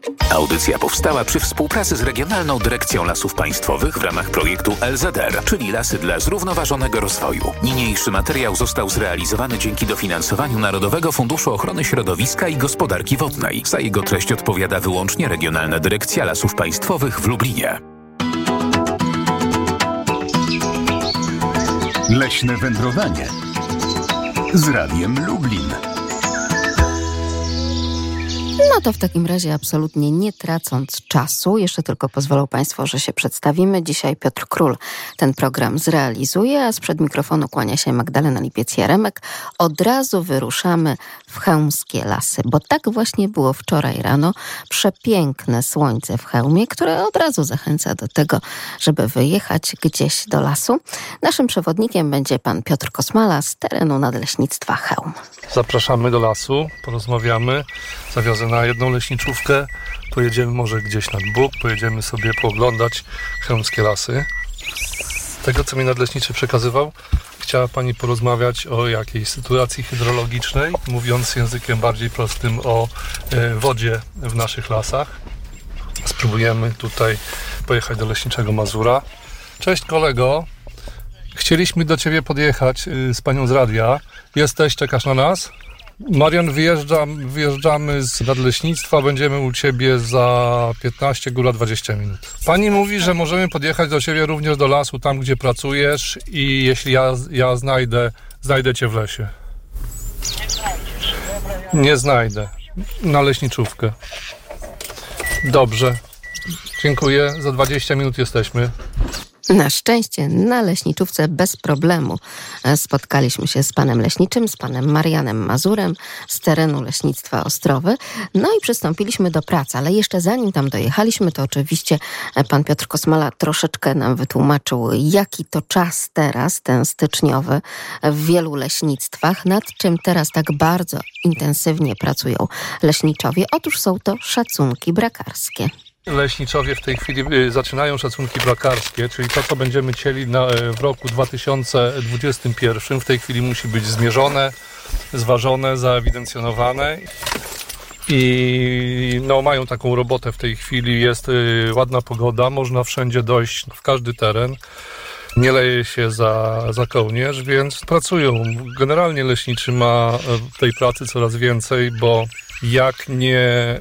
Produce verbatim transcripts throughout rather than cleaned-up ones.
Audycja powstała przy współpracy z Regionalną Dyrekcją Lasów Państwowych w ramach projektu L Z R, czyli Lasy dla Zrównoważonego Rozwoju. Niniejszy materiał został zrealizowany dzięki dofinansowaniu Narodowego Funduszu Ochrony Środowiska i Gospodarki Wodnej. Za jego treść odpowiada wyłącznie Regionalna Dyrekcja Lasów Państwowych w Lublinie. Leśne wędrowanie z Radiem Lublin. No to w takim razie absolutnie nie tracąc czasu, jeszcze tylko pozwolą Państwo, że się przedstawimy. Dzisiaj Piotr Król ten program zrealizuje, a sprzed mikrofonu kłania się Magdalena Lipiec-Jaremek. Od razu wyruszamy w chełmskie lasy, bo tak właśnie było wczoraj rano. Przepiękne słońce w Chełmie, które od razu zachęca do tego, żeby wyjechać gdzieś do lasu. Naszym przewodnikiem będzie pan Piotr Kosmala z terenu Nadleśnictwa Chełm. Zapraszamy do lasu, porozmawiamy, zawiozę na jedną leśniczówkę, pojedziemy może gdzieś nad Bóg, pojedziemy sobie pooglądać chełmskie lasy. Z tego, co mi nadleśniczy przekazywał, chciała pani porozmawiać o jakiejś sytuacji hydrologicznej, mówiąc językiem bardziej prostym o y, wodzie w naszych lasach. Spróbujemy tutaj pojechać do Leśniczego Mazura. Cześć kolego, chcieliśmy do ciebie podjechać y, z panią z radia. Jesteś, czekasz na nas? Marian, wyjeżdżam, wyjeżdżamy z nadleśnictwa, będziemy u ciebie za piętnaście, góra dwadzieścia minut. Pani mówi, że możemy podjechać do ciebie również do lasu, tam gdzie pracujesz i jeśli ja, ja znajdę, znajdę cię w lesie. Nie znajdziesz. Nie znajdę. Na leśniczówkę. Dobrze. Dziękuję. Za dwadzieścia minut jesteśmy. Na szczęście na leśniczówce bez problemu spotkaliśmy się z panem leśniczym, z panem Marianem Mazurem z terenu Leśnictwa Ostrowy. No i przystąpiliśmy do pracy, ale jeszcze zanim tam dojechaliśmy, to oczywiście pan Piotr Kosmala troszeczkę nam wytłumaczył, jaki to czas teraz, ten styczniowy w wielu leśnictwach, nad czym teraz tak bardzo intensywnie pracują leśniczowie. Otóż są to szacunki brakarskie. Leśniczowie w tej chwili zaczynają szacunki brakarskie, czyli to, co będziemy cieli na, w roku dwa tysiące dwudziestym pierwszym. W tej chwili musi być zmierzone, zważone, zaewidencjonowane. I no, mają taką robotę w tej chwili. Jest y, ładna pogoda, można wszędzie dojść, w każdy teren. Nie leje się za, za kołnierz, więc pracują. Generalnie leśniczy ma tej pracy coraz więcej, bo jak nie e,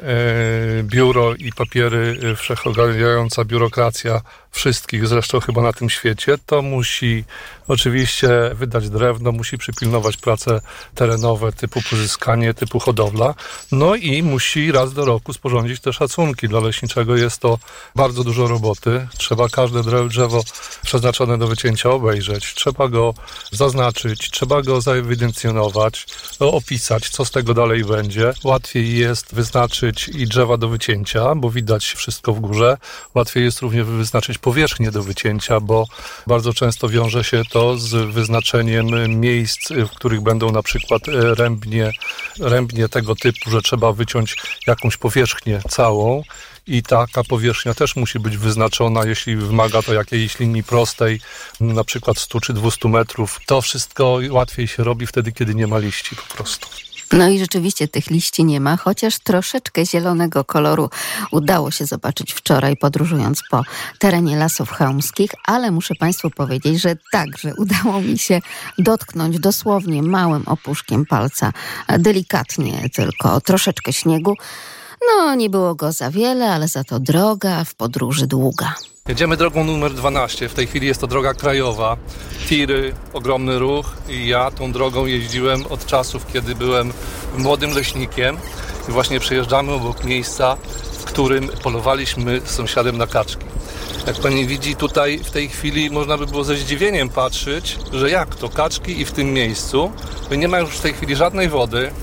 biuro i papiery, e, wszechogarniająca biurokracja wszystkich zresztą chyba na tym świecie, to musi oczywiście wydać drewno, musi przypilnować prace terenowe typu pozyskanie, typu hodowla, no i musi raz do roku sporządzić te szacunki. Dla leśniczego jest to bardzo dużo roboty. Trzeba każde drzewo przeznaczone do wycięcia obejrzeć, trzeba go zaznaczyć, trzeba go zaewidencjonować, opisać, co z tego dalej będzie. Łatwiej jest wyznaczyć i drzewa do wycięcia, bo widać wszystko w górze. Łatwiej jest również wyznaczyć powierzchnię do wycięcia, bo bardzo często wiąże się to z wyznaczeniem miejsc, w których będą na przykład rębnie, rębnie tego typu, że trzeba wyciąć jakąś powierzchnię całą i taka powierzchnia też musi być wyznaczona, jeśli wymaga to jakiejś linii prostej, na przykład stu czy dwustu metrów. To wszystko łatwiej się robi wtedy, kiedy nie ma liści po prostu. No i rzeczywiście tych liści nie ma, chociaż troszeczkę zielonego koloru udało się zobaczyć wczoraj, podróżując po terenie Lasów Chełmskich, ale muszę Państwu powiedzieć, że także udało mi się dotknąć dosłownie małym opuszkiem palca, delikatnie tylko, troszeczkę śniegu. No, nie było go za wiele, ale za to droga w podróży długa. Jedziemy drogą numer dwanaście. W tej chwili jest to droga krajowa. Tiry, ogromny ruch. I ja tą drogą jeździłem od czasów, kiedy byłem młodym leśnikiem. I właśnie przejeżdżamy obok miejsca, w którym polowaliśmy z sąsiadem na kaczki. Jak pani widzi, tutaj w tej chwili można by było ze zdziwieniem patrzeć, że jak to kaczki i w tym miejscu. Nie ma już w tej chwili żadnej wody.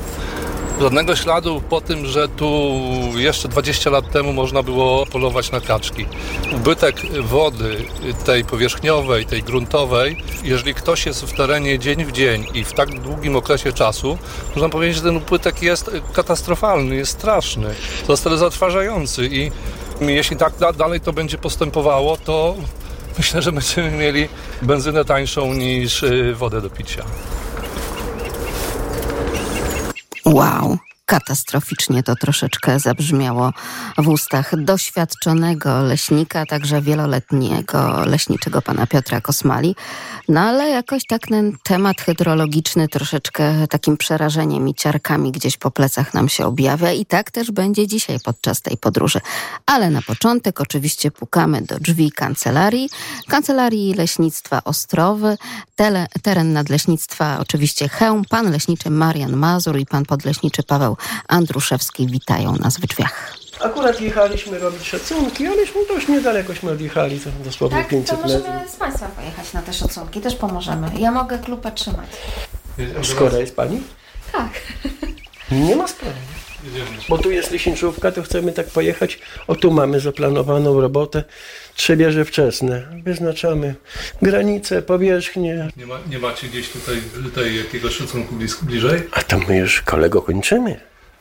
Żadnego śladu po tym, że tu jeszcze dwadzieścia lat temu można było polować na kaczki. Ubytek wody, tej powierzchniowej, tej gruntowej, jeżeli ktoś jest w terenie dzień w dzień i w tak długim okresie czasu, można powiedzieć, że ten ubytek jest katastrofalny, jest straszny, to jest zatrważający i jeśli tak dalej to będzie postępowało, to myślę, że będziemy mieli benzynę tańszą niż wodę do picia. Wow, katastroficznie to troszeczkę zabrzmiało w ustach doświadczonego leśnika, także wieloletniego leśniczego pana Piotra Kosmali. No ale jakoś tak ten temat hydrologiczny troszeczkę takim przerażeniem i ciarkami gdzieś po plecach nam się objawia i tak też będzie dzisiaj podczas tej podróży. Ale na początek oczywiście pukamy do drzwi kancelarii. Kancelarii Leśnictwa Ostrowy, tele, teren nadleśnictwa oczywiście Chełm, pan leśniczy Marian Mazur i pan podleśniczy Paweł Andruszewski witają nas w drzwiach. Akurat jechaliśmy robić szacunki, aleśmy dość niedalekośmy odjechali, to dosłownie Tak, pięćset to metrów. możemy z państwem pojechać na te szacunki, też pomożemy. Ja mogę klupę trzymać. Skoro jest pani? Tak. Nie ma sprawy. Bo tu jest leśniczówka, to chcemy tak pojechać. O, tu mamy zaplanowaną robotę. Trzebieże wczesne. Wyznaczamy granice, powierzchnię. Nie, ma, nie macie gdzieś tutaj, tutaj jakiegoś szacunku blis- bliżej? A to my już, kolego, kończymy.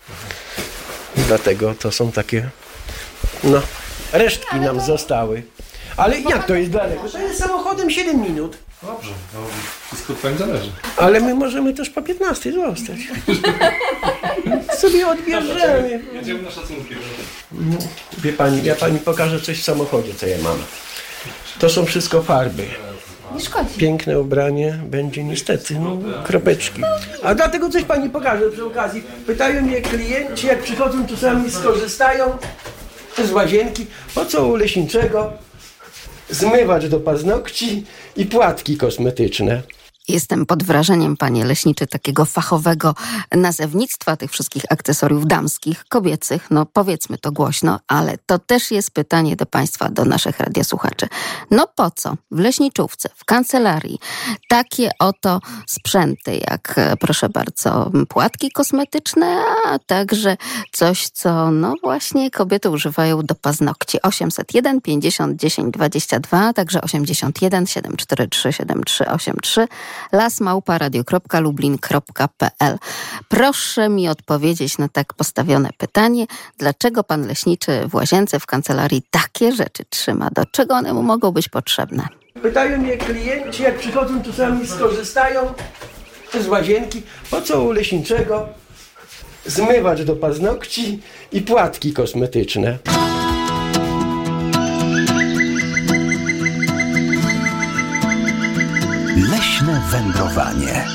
Dlatego to są takie, no, resztki nam zostały. Ale jak to jest daleko? To jest samochodem siedem minut. Dobrze, no, wszystko pani zależy. Ale my możemy też po piętnastej zostać. Sobie odbierzemy. Jedziemy na szacunki. No, wie pani, ja pani pokażę coś w samochodzie, co ja mam. To są wszystko farby. Nie szkodzi. Piękne ubranie będzie niestety, no, kropeczki. A dlatego coś pani pokażę przy okazji. Pytają mnie klienci, jak przychodzą, czasami skorzystają z łazienki. Po co u leśniczego zmywacz do paznokci i płatki kosmetyczne? Jestem pod wrażeniem, panie leśniczy, takiego fachowego nazewnictwa tych wszystkich akcesoriów damskich, kobiecych, no powiedzmy to głośno, ale to też jest pytanie do państwa, do naszych radiosłuchaczy. No po co w leśniczówce, w kancelarii takie oto sprzęty jak, proszę bardzo, płatki kosmetyczne, a także coś, co no właśnie kobiety używają do paznokci. osiemset jeden pięćdziesiąt dziesięć dwadzieścia dwa, także osiemdziesiąt jeden siedem cztery trzy siedem trzy osiem trzy. las małpa radio kropka lublin kropka p l. Proszę mi odpowiedzieć na tak postawione pytanie, dlaczego pan leśniczy w łazience, w kancelarii takie rzeczy trzyma? Do czego one mu mogą być potrzebne? Pytają mnie klienci, jak przychodzą, czasami skorzystają z łazienki. Po co u leśniczego zmywacz do paznokci i płatki kosmetyczne? Leśne wędrowanie.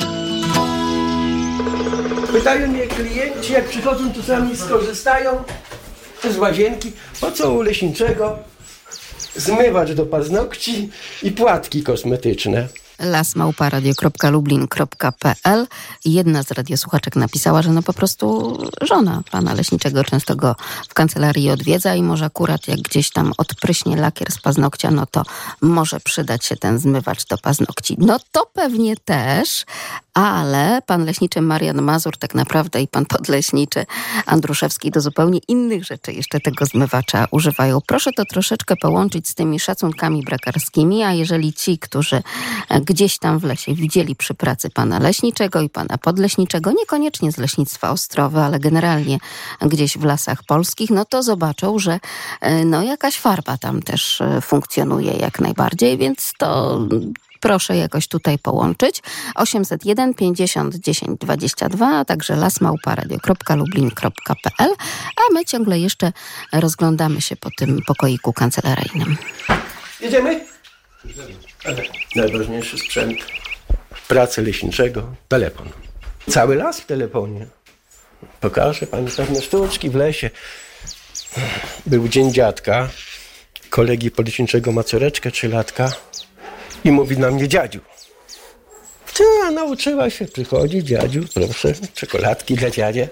Pytają mnie klienci, jak przychodzą, czasami skorzystają z łazienki. Po co u leśniczego zmywacz do paznokci i płatki kosmetyczne? las małpa radio kropka lublin kropka p l. Jedna z radiosłuchaczek napisała, że no po prostu żona pana leśniczego często go w kancelarii odwiedza i może akurat jak gdzieś tam odpryśnie lakier z paznokcia, no to może przydać się ten zmywacz do paznokci. No to pewnie też, ale pan leśniczy Marian Mazur tak naprawdę i pan podleśniczy Andruszewski do zupełnie innych rzeczy jeszcze tego zmywacza używają. Proszę to troszeczkę połączyć z tymi szacunkami brakarskimi, a jeżeli ci, którzy gdzieś tam w lesie widzieli przy pracy pana leśniczego i pana podleśniczego, niekoniecznie z leśnictwa Ostrowy, ale generalnie gdzieś w lasach polskich, no to zobaczą, że no jakaś farba tam też funkcjonuje jak najbardziej, więc to proszę jakoś tutaj połączyć. osiemset jeden pięćdziesiąt dziesięć dwadzieścia dwa, a także las małpa radio kropka lublin kropka p l, a my ciągle jeszcze rozglądamy się po tym pokoiku kancelaryjnym. Jedziemy? Ale najważniejszy sprzęt pracy leśniczego, telefon. Cały las w telefonie. Pokażę pani pewne sztuczki w lesie. Był dzień dziadka, kolegi podleśniczego ma córeczkę trzylatka i mówi na mnie: dziadziu. Ty, a nauczyła się, przychodzi dziadziu, proszę, czekoladki dla dziadzia.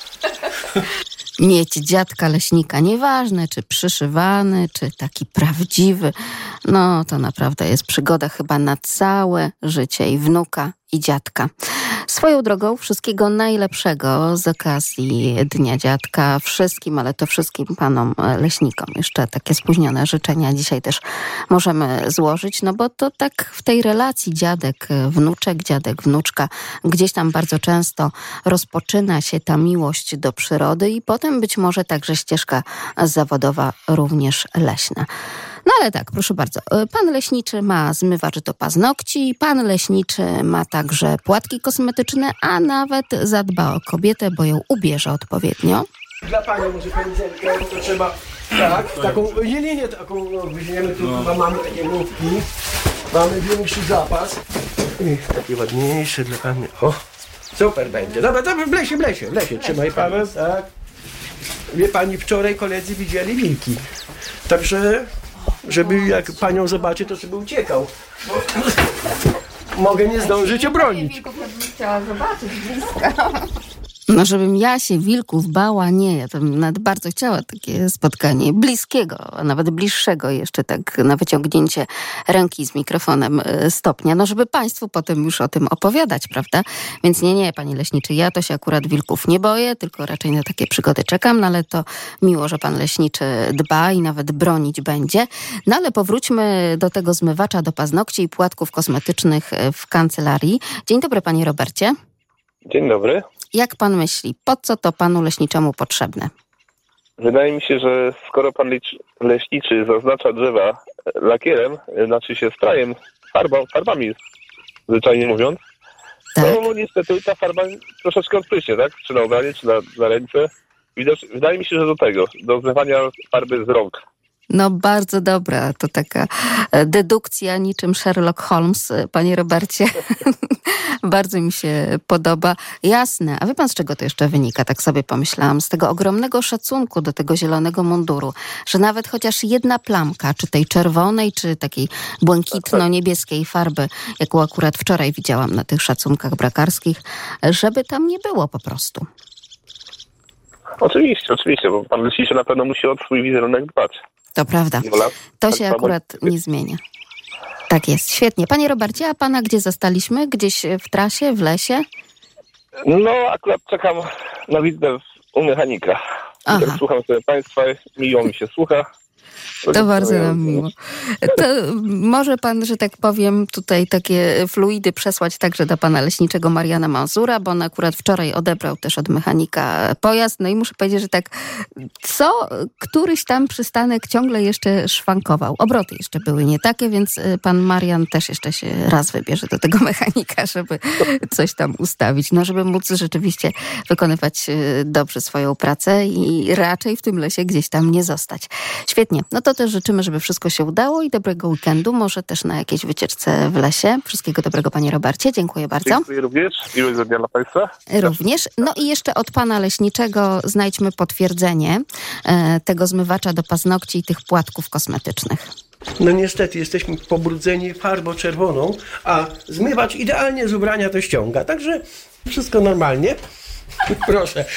Mieć dziadka leśnika, nieważne czy przyszywany, czy taki prawdziwy, no to naprawdę jest przygoda chyba na całe życie i wnuka, i dziadka. Swoją drogą wszystkiego najlepszego z okazji Dnia Dziadka wszystkim, ale to wszystkim panom leśnikom. Jeszcze takie spóźnione życzenia dzisiaj też możemy złożyć, no bo to tak w tej relacji dziadek, wnuczek, dziadek, wnuczka, gdzieś tam bardzo często rozpoczyna się ta miłość do przyrody i potem być może także ścieżka zawodowa również leśna. No ale tak, proszę bardzo. Pan leśniczy ma zmywacz do paznokci, pan leśniczy ma także płatki kosmetyczne, a nawet zadba o kobietę, bo ją ubierze odpowiednio. Dla pani może kamizelkę, to trzeba tak, taką, nie, nie, nie, taką, no, weźmiemy tu, chyba mamy takie główki, mamy większy zapas. I takie ładniejsze dla pani. O, super będzie. Dobra, dobra, w lesie, w lesie, w lesie. Trzymaj Paweł, tak. Wie pani, wczoraj koledzy widzieli wilki. Także, żeby jak panią zobaczy, to żeby uciekał. Bo mogę nie zdążyć obronić. Chciała zobaczyć blisko. No, żebym ja się wilków bała, nie. Ja to bym nawet bardzo chciała takie spotkanie bliskiego, a nawet bliższego jeszcze tak na wyciągnięcie ręki z mikrofonem stopnia, no żeby państwu potem już o tym opowiadać, prawda? Więc nie, nie, panie leśniczy, ja to się akurat wilków nie boję, tylko raczej na takie przygody czekam, no ale to miło, że pan leśniczy dba i nawet bronić będzie. No ale powróćmy do tego zmywacza do paznokci i płatków kosmetycznych w kancelarii. Dzień dobry, panie Robercie. Dzień dobry. Jak pan myśli, po co to panu leśniczemu potrzebne? Wydaje mi się, że skoro pan leśniczy zaznacza drzewa lakierem, znaczy się sprajem, farbą, farbami, zwyczajnie mówiąc, Tak? to niestety ta farba troszeczkę odpryśnie, tak? Czy na ubranie, czy na, na ręce. Widać, wydaje mi się, że do tego, do zmywania farby z rąk. No bardzo dobra, to taka dedukcja niczym Sherlock Holmes, panie Robercie. Bardzo mi się podoba. Jasne, a wie pan z czego to jeszcze wynika? Tak sobie pomyślałam, z tego ogromnego szacunku do tego zielonego munduru, że nawet chociaż jedna plamka, czy tej czerwonej, czy takiej błękitno-niebieskiej farby, jaką akurat wczoraj widziałam na tych szacunkach brakarskich, żeby tam nie było po prostu. Oczywiście, oczywiście, bo pan leśniczy na pewno musi o swój wizerunek dbać. To prawda. To się akurat nie zmienia. Tak jest, świetnie. Panie Robercie, a pana gdzie zastaliśmy? Gdzieś w trasie, w lesie? No, akurat czekam na wizytę u mechanika. Aha. Tak słucham sobie państwa, miło mi się słucha. To bardzo nam miło. To może pan, że tak powiem, tutaj takie fluidy przesłać także do pana leśniczego Mariana Mazura, bo on akurat wczoraj odebrał też od mechanika pojazd. No i muszę powiedzieć, że tak co któryś tam przystanek ciągle jeszcze szwankował. Obroty jeszcze były nie takie, więc pan Marian też jeszcze się raz wybierze do tego mechanika, żeby coś tam ustawić. No, żeby móc rzeczywiście wykonywać dobrze swoją pracę i raczej w tym lesie gdzieś tam nie zostać. Świetnie. No to też życzymy, żeby wszystko się udało i dobrego weekendu, może też na jakiejś wycieczce w lesie. Wszystkiego dobrego, panie Robercie. Dziękuję bardzo. Dziękuję również. Miłego dnia dla państwa. Również. No i jeszcze od pana leśniczego znajdźmy potwierdzenie e, tego zmywacza do paznokci i tych płatków kosmetycznych. No niestety jesteśmy pobrudzeni farbą czerwoną, a zmywacz idealnie z ubrania to ściąga. Także wszystko normalnie. Proszę.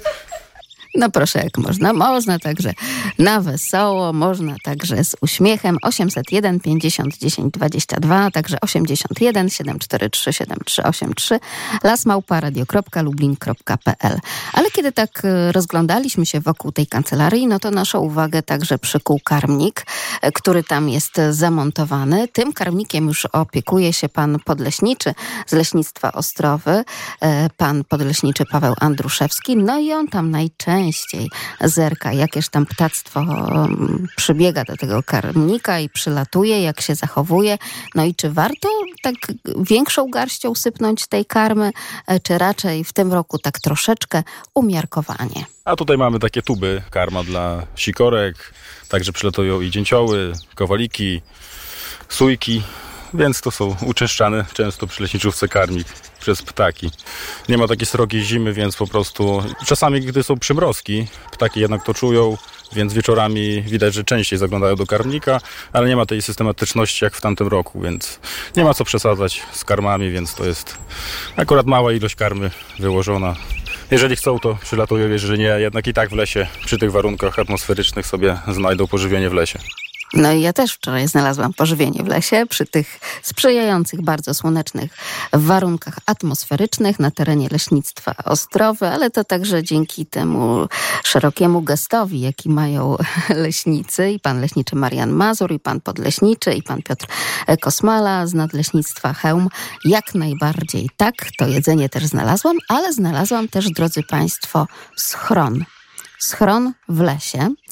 No proszę, jak można. Można także na wesoło, można także z uśmiechem. osiemset jeden pięćdziesiąt dziesięć dwadzieścia dwa, także osiemdziesiąt jeden siedem cztery trzy siedem trzy osiem trzy, lasmałparadio kropka lublin kropka p l. Ale kiedy tak rozglądaliśmy się wokół tej kancelarii, no to naszą uwagę także przykuł karmnik, który tam jest zamontowany. Tym karmnikiem już opiekuje się pan podleśniczy z Leśnictwa Ostrowy, pan podleśniczy Paweł Andruszewski. No i on tam najczęściej Częściej zerka, jakież tam ptactwo przybiega do tego karmnika i przylatuje, jak się zachowuje. No i czy warto tak większą garścią sypnąć tej karmy, czy raczej w tym roku tak troszeczkę umiarkowanie? A tutaj mamy takie tuby karma dla sikorek, także przylatują i dzięcioły, kowaliki, sójki, więc to są uczęszczane często przy leśniczówce karmik przez ptaki. Nie ma takiej srogiej zimy, więc po prostu czasami, gdy są przymrozki, ptaki jednak to czują, więc wieczorami widać, że częściej zaglądają do karmnika, ale nie ma tej systematyczności jak w tamtym roku, więc nie ma co przesadzać z karmami, więc to jest akurat mała ilość karmy wyłożona. Jeżeli chcą, to przylatują, jeżeli nie, jednak i tak w lesie, przy tych warunkach atmosferycznych sobie znajdą pożywienie w lesie. No i ja też wczoraj znalazłam pożywienie w lesie przy tych sprzyjających bardzo słonecznych warunkach atmosferycznych na terenie Leśnictwa Ostrowy, ale to także dzięki temu szerokiemu gestowi, jaki mają leśnicy i pan leśniczy Marian Mazur, i pan podleśniczy, i pan Piotr Kosmala z Nadleśnictwa Chełm. Jak najbardziej tak, to jedzenie też znalazłam, ale znalazłam też, drodzy państwo, schron. Schron w lesie.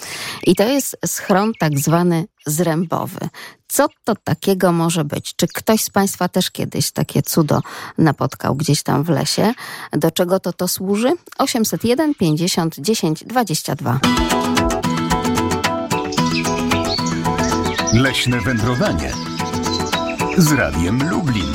I to jest schron tak zwany zrębowy. Co to takiego może być? Czy ktoś z Państwa też kiedyś takie cudo napotkał gdzieś tam w lesie? Do czego to to służy? osiemset jeden pięćdziesiąt dziesięć dwadzieścia dwa. Leśne wędrowanie z Radiem Lublin.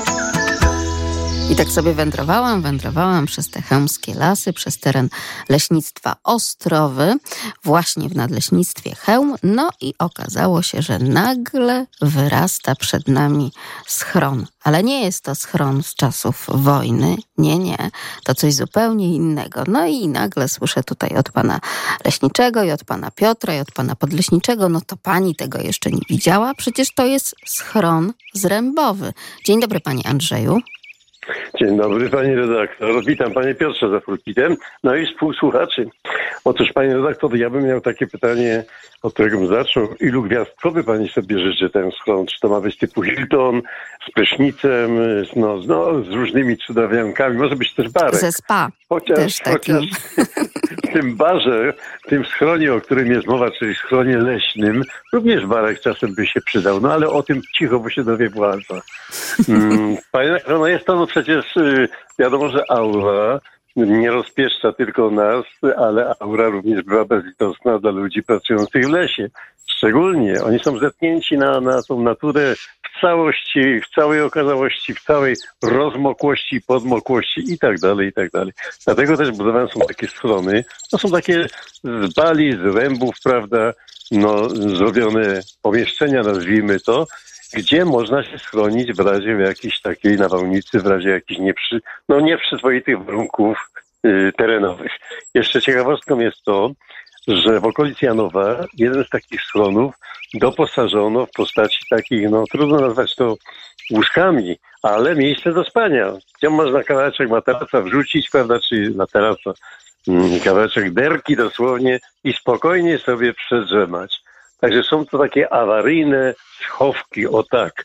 I tak sobie wędrowałam, wędrowałam przez te chełmskie lasy, przez teren leśnictwa Ostrowy, właśnie w Nadleśnictwie Chełm. No i okazało się, że nagle wyrasta przed nami schron. Ale nie jest to schron z czasów wojny, nie, nie, to coś zupełnie innego. No i nagle słyszę tutaj od pana leśniczego i od pana Piotra i od pana podleśniczego, no to pani tego jeszcze nie widziała, przecież to jest schron zrębowy. Dzień dobry, panie Andrzeju. Dzień dobry, pani redaktor. Witam panie Piotrze za pulpitem. No i współsłuchaczy. Otóż, panie redaktor, ja bym miał takie pytanie, od którego bym zaczął. Ilu gwiazdkowy pani sobie życzy ten schron? Czy to ma być typu Hilton, z prysznicem, no, no, z różnymi cudawiankami? Może być też barek. Ze spa. Chociaż, też takim. chociaż w tym barze, w tym schronie, o którym jest mowa, czyli schronie leśnym, również barek czasem by się przydał. No ale o tym cicho, bo się dowie władza. Hmm, panie, no jest to no przecież wiadomo, że aura nie rozpieszcza tylko nas, ale aura również była bezlitosna dla ludzi pracujących w lesie. Szczególnie oni są zetknięci na, na tą naturę w całości, w całej okazałości, w całej rozmokłości, podmokłości i tak dalej, i tak dalej. Dlatego też budowane są takie schrony. To są takie z bali, z rębów, prawda, no zrobione pomieszczenia, nazwijmy to, gdzie można się schronić w razie jakiejś takiej nawałnicy, w razie jakichś nieprzy, no nieprzyzwoitych warunków y, terenowych. Jeszcze ciekawostką jest to, że w okolicy Janowa jeden z takich schronów doposażono w postaci takich, no trudno nazwać to łóżkami, ale miejsce do spania, gdzie można kawałeczek materaca wrzucić, prawda, czy materaca, mm, kawałeczek derki dosłownie i spokojnie sobie przedrzemać. Także są to takie awaryjne schowki, o tak.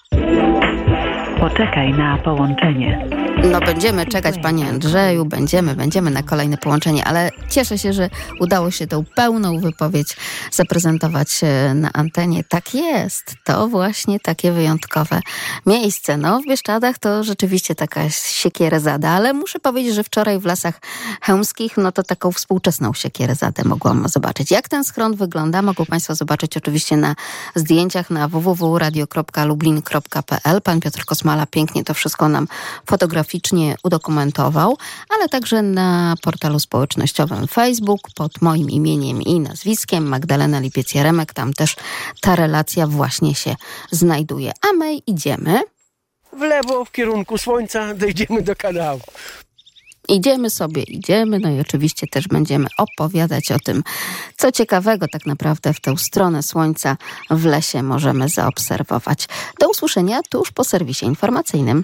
Poczekaj na połączenie. No będziemy czekać, panie Andrzeju, będziemy, będziemy na kolejne połączenie, ale cieszę się, że udało się tą pełną wypowiedź zaprezentować na antenie. Tak jest, to właśnie takie wyjątkowe miejsce. No w Bieszczadach to rzeczywiście taka siekierezadę, ale muszę powiedzieć, że wczoraj w Lasach Chełmskich, no to taką współczesną siekierezadę mogłam zobaczyć. Jak ten schron wygląda, mogą państwo zobaczyć oczywiście na zdjęciach na w w w kropka radio kropka lublin kropka p l. Pan Piotr Kosmala pięknie to wszystko nam fotograficznie udokumentował, ale także na portalu społecznościowym Facebook pod moim imieniem i nazwiskiem Magdalena Lipiec-Jaremek. Tam też ta relacja właśnie się znajduje. A my idziemy w lewo, w kierunku słońca, dojdziemy do kanału. Idziemy sobie, idziemy, no i oczywiście też będziemy opowiadać o tym, co ciekawego tak naprawdę w tę stronę słońca w lesie możemy zaobserwować. Do usłyszenia tuż po serwisie informacyjnym.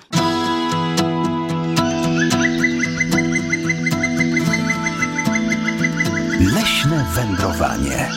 Leśne wędrowanie.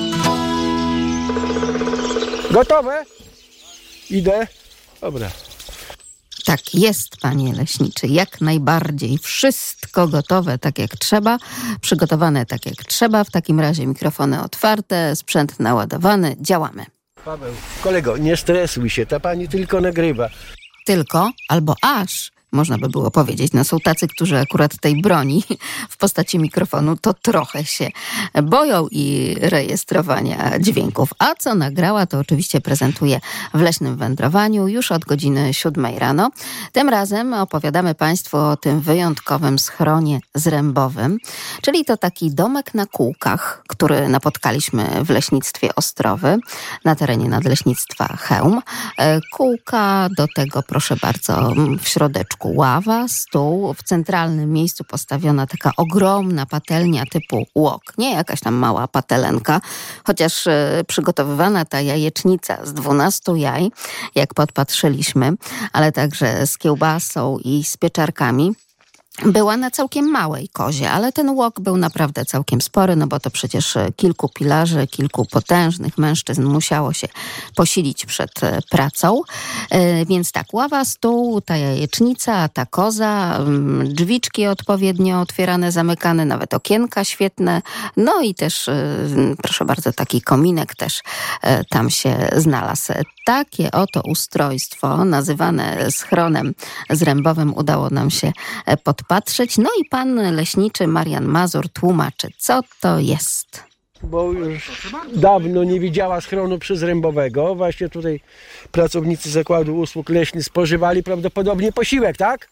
Gotowe? Idę. Dobra. Tak jest, panie leśniczy, jak najbardziej. Wszystko gotowe tak jak trzeba, przygotowane tak jak trzeba. W takim razie mikrofony otwarte, sprzęt naładowany, działamy. Paweł, kolego, nie stresuj się, ta pani tylko nagrywa. Tylko albo aż, można by było powiedzieć. No są tacy, którzy akurat tej broni w postaci mikrofonu to trochę się boją i rejestrowania dźwięków. A co nagrała, to oczywiście prezentuję w Leśnym Wędrowaniu już od godziny siódmej rano. Tym razem opowiadamy państwu o tym wyjątkowym schronie zrębowym, czyli to taki domek na kółkach, który napotkaliśmy w leśnictwie Ostrowy, na terenie Nadleśnictwa Chełm. Kółka, do tego proszę bardzo w środeczku ława, stół, w centralnym miejscu postawiona taka ogromna patelnia typu łok, nie jakaś tam mała patelenka, chociaż y, przygotowywana ta jajecznica z dwunastu jaj, jak podpatrzyliśmy, ale także z kiełbasą i z pieczarkami. była na całkiem małej kozie, ale ten łok był naprawdę całkiem spory, no bo to przecież kilku pilarzy, kilku potężnych mężczyzn musiało się posilić przed pracą. Więc tak, ława, stół, ta jajecznica, ta koza, drzwiczki odpowiednio otwierane, zamykane, nawet okienka świetne, no i też, proszę bardzo, taki kominek też tam się znalazł. Takie oto ustrojstwo, nazywane schronem zrębowym, udało nam się podpatrzeć. No i pan leśniczy Marian Mazur tłumaczy, co to jest. Bo już dawno nie widziała schronu przyzrębowego. Właśnie tutaj pracownicy Zakładu Usług Leśnych spożywali prawdopodobnie posiłek, tak?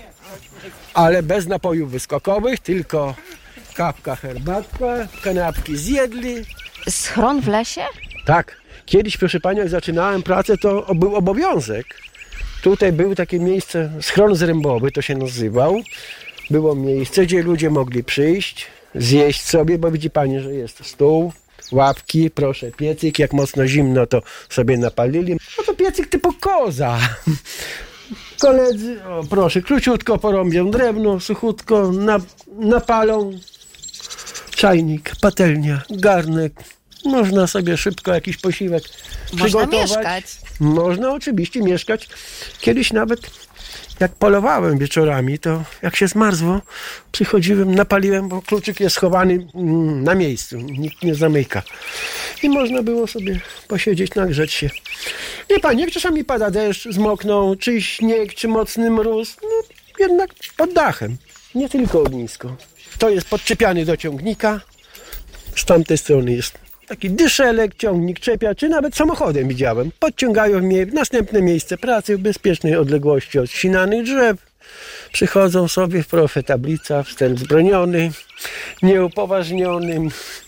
Ale bez napojów wyskokowych, tylko kawka, herbatka, kanapki zjedli. Schron w lesie? Tak. Kiedyś, proszę pani, jak zaczynałem pracę, to był obowiązek. Tutaj było takie miejsce, schron zrębowy to się nazywał. Było miejsce, gdzie ludzie mogli przyjść, zjeść sobie, bo widzi pani, że jest stół, ławki, proszę, piecyk, jak mocno zimno, to sobie napalili. No to piecyk typu koza. Koledzy, o proszę, króciutko porąbią drewno, suchutko, na, napalą. Czajnik, patelnia, garnek. Można sobie szybko jakiś posiłek Można przygotować. mieszkać. Można oczywiście mieszkać. Kiedyś nawet jak polowałem wieczorami, to jak się zmarzło, przychodziłem, napaliłem, bo kluczyk jest schowany na miejscu, nikt nie zamyka. I można było sobie posiedzieć, nagrzeć się. Wie pani, jak czasami pada deszcz, zmokną, czy śnieg, czy mocny mróz, no jednak pod dachem, nie tylko ognisko. To jest podczepiany do ciągnika, z tamtej strony jest taki dyszelek, ciągnik czepia, czy nawet samochodem widziałem. Podciągają mnie w następne miejsce pracy w bezpiecznej odległości od ścinanych drzew. Przychodzą sobie, proszę, tablica, wstęp zbroniony, nieupoważniony,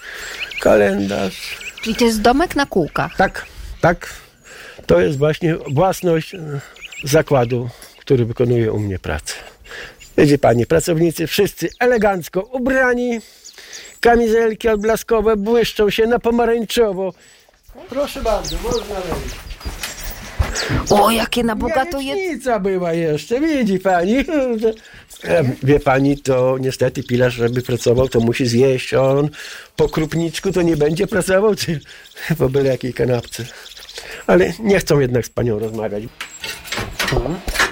kalendarz. Czyli to jest domek na kółkach? Tak, tak. To jest właśnie własność zakładu, który wykonuje u mnie pracę. Wiecie pani, pracownicy wszyscy elegancko ubrani, kamizelki odblaskowe błyszczą się na pomarańczowo. Proszę bardzo, można robić. O, jakie na bogato jest. Jajecznica była jeszcze, widzi pani. Wie pani, to niestety pilarz, żeby pracował, to musi zjeść. On po krupniczku to nie będzie pracował, czy w byle jakiej kanapce. Ale nie chcą jednak z panią rozmawiać. Hmm.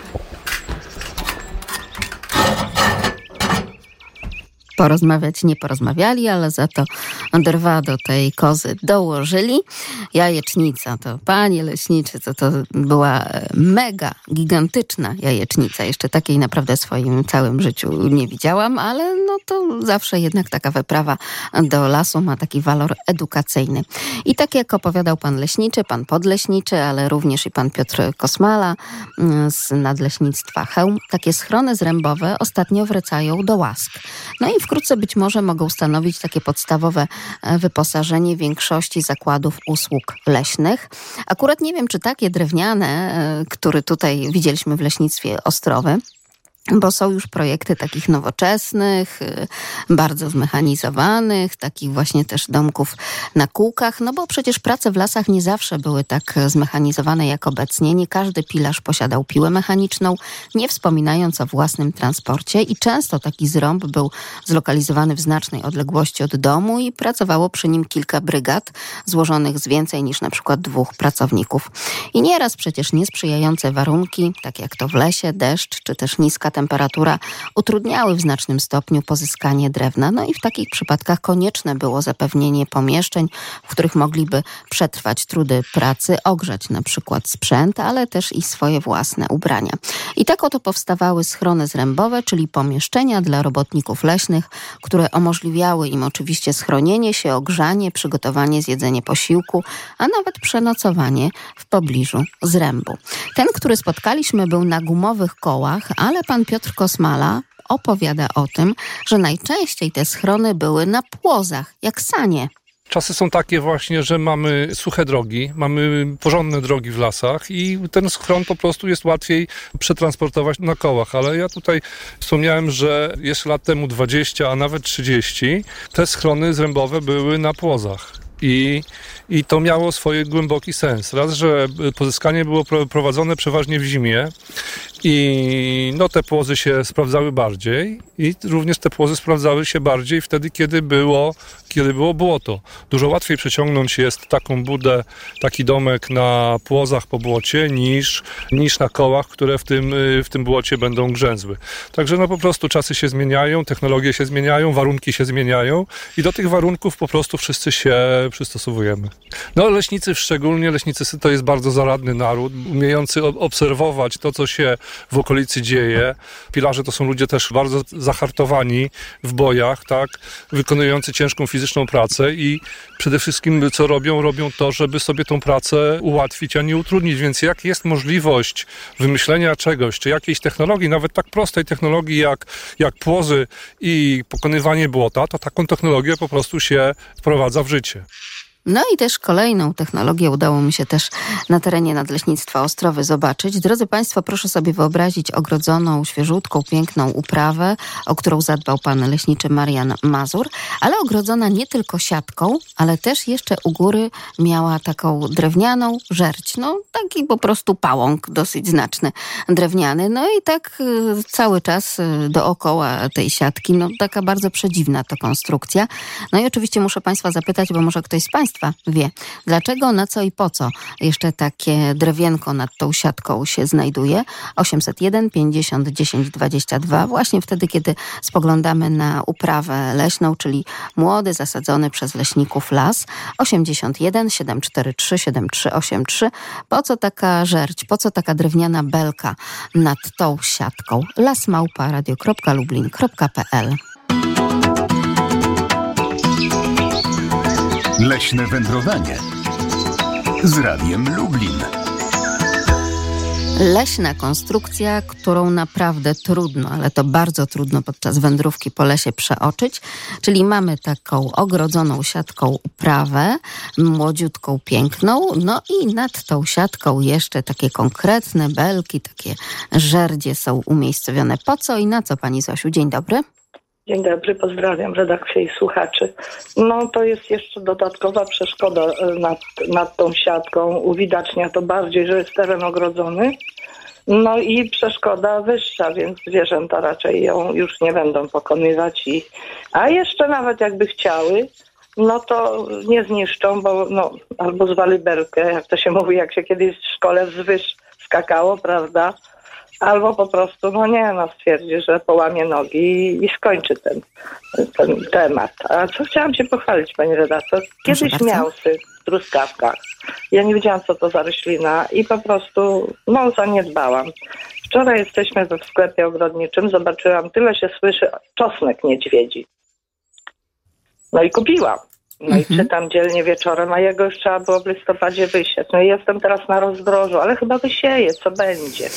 Porozmawiać nie porozmawiali, ale za to drwa do tej kozy dołożyli. Jajecznica to, panie leśniczy, to, to była mega, gigantyczna jajecznica. Jeszcze takiej naprawdę w swoim całym życiu nie widziałam, ale no to zawsze jednak taka wyprawa do lasu ma taki walor edukacyjny. I tak jak opowiadał pan leśniczy, pan podleśniczy, ale również i pan Piotr Kosmala z Nadleśnictwa Chełm, takie schrony zrębowe ostatnio wracają do łask. No i wkrótce być może mogą stanowić takie podstawowe wyposażenie większości zakładów usług leśnych. Akurat nie wiem, czy takie drewniane, które tutaj widzieliśmy w leśnictwie Ostrowy, bo są już projekty takich nowoczesnych, bardzo zmechanizowanych, takich właśnie też domków na kółkach, no bo przecież prace w lasach nie zawsze były tak zmechanizowane jak obecnie. Nie każdy pilarz posiadał piłę mechaniczną, nie wspominając o własnym transporcie i często taki zrąb był zlokalizowany w znacznej odległości od domu i pracowało przy nim kilka brygad złożonych z więcej niż na przykład dwóch pracowników. I nieraz przecież niesprzyjające warunki, tak jak to w lesie, deszcz czy też niska temperatura utrudniały w znacznym stopniu pozyskanie drewna. No i w takich przypadkach konieczne było zapewnienie pomieszczeń, w których mogliby przetrwać trudy pracy, ogrzać na przykład sprzęt, ale też i swoje własne ubrania. I tak oto powstawały schrony zrębowe, czyli pomieszczenia dla robotników leśnych, które umożliwiały im oczywiście schronienie się, ogrzanie, przygotowanie, zjedzenie posiłku, a nawet przenocowanie w pobliżu zrębu. Ten, który spotkaliśmy, był na gumowych kołach, ale pan Piotr Kosmala opowiada o tym, że najczęściej te schrony były na płozach, jak sanie. Czasy są takie właśnie, że mamy suche drogi, mamy porządne drogi w lasach i ten schron po prostu jest łatwiej przetransportować na kołach. Ale ja tutaj wspomniałem, że jeszcze lat temu dwadzieścia, a nawet trzydzieści, te schrony zrębowe były na płozach. I, I to miało swój głęboki sens. Raz, że pozyskanie było prowadzone przeważnie w zimie I no te płozy się sprawdzały bardziej i również te płozy sprawdzały się bardziej wtedy, kiedy było, kiedy było błoto. Dużo łatwiej przeciągnąć jest taką budę, taki domek na płozach po błocie niż, niż na kołach, które w tym, w tym błocie będą grzęzły. Także no po prostu czasy się zmieniają, technologie się zmieniają, warunki się zmieniają i do tych warunków po prostu wszyscy się przystosowujemy. No leśnicy szczególnie, leśnicy to jest bardzo zaradny naród, umiejący obserwować to, co się w okolicy dzieje. Pilarze to są ludzie też bardzo zahartowani w bojach, tak, wykonujący ciężką fizyczną pracę i przede wszystkim co robią? Robią to, żeby sobie tą pracę ułatwić, a nie utrudnić. Więc jak jest możliwość wymyślenia czegoś, czy jakiejś technologii, nawet tak prostej technologii jak, jak płozy i pokonywanie błota, to taką technologię po prostu się wprowadza w życie. No i też kolejną technologię udało mi się też na terenie Nadleśnictwa Ostrowy zobaczyć. Drodzy Państwo, proszę sobie wyobrazić ogrodzoną, świeżutką, piękną uprawę, o którą zadbał pan leśniczy Marian Mazur, ale ogrodzona nie tylko siatką, ale też jeszcze u góry miała taką drewnianą żerć. No taki po prostu pałąk dosyć znaczny, drewniany. No i tak y, cały czas y, dookoła tej siatki, no taka bardzo przedziwna to konstrukcja. No i oczywiście muszę Państwa zapytać, bo może ktoś z Państwa wie, dlaczego, na co i po co jeszcze takie drewienko nad tą siatką się znajduje. osiemset jeden pięćdziesiąt dziesięć dwadzieścia dwa, właśnie wtedy, kiedy spoglądamy na uprawę leśną, czyli młody, zasadzony przez leśników las. osiemdziesiąt jeden siedemset czterdzieści trzy siedem trzy osiem trzy. Po co taka żerć, po co taka drewniana belka nad tą siatką? las małpa radio kropka lublin kropka p l. Leśne wędrowanie z Radiem Lublin. Leśna konstrukcja, którą naprawdę trudno, ale to bardzo trudno podczas wędrówki po lesie przeoczyć. Czyli mamy taką ogrodzoną siatką uprawę, młodziutką, piękną, no i nad tą siatką jeszcze takie konkretne belki, takie żerdzie są umiejscowione. Po co i na co, pani Zosiu? Dzień dobry. Dzień dobry, pozdrawiam redakcję i słuchaczy. No to jest jeszcze dodatkowa przeszkoda nad, nad tą siatką. Uwidacznia to bardziej, że jest teren ogrodzony. No i przeszkoda wyższa, więc zwierzęta raczej ją już nie będą pokonywać. I, a jeszcze nawet jakby chciały, no to nie zniszczą, bo no, albo zwali belkę, jak to się mówi, jak się kiedyś w szkole wzwyż skakało, prawda? Albo po prostu, no nie, no stwierdzi, że połamie nogi i, i skończy ten, ten temat. A co chciałam się pochwalić, pani redaktor? Kiedyś miałsy w truskawkach. Ja nie wiedziałam, co to za roślina i po prostu, no zaniedbałam. Wczoraj jesteśmy w sklepie ogrodniczym, zobaczyłam, tyle się słyszy, czosnek niedźwiedzi. No i kupiłam. No i czytam dzielnie wieczorem, a jego już trzeba było w listopadzie wysiać. No i jestem teraz na rozdrożu, ale chyba wysieję, co będzie.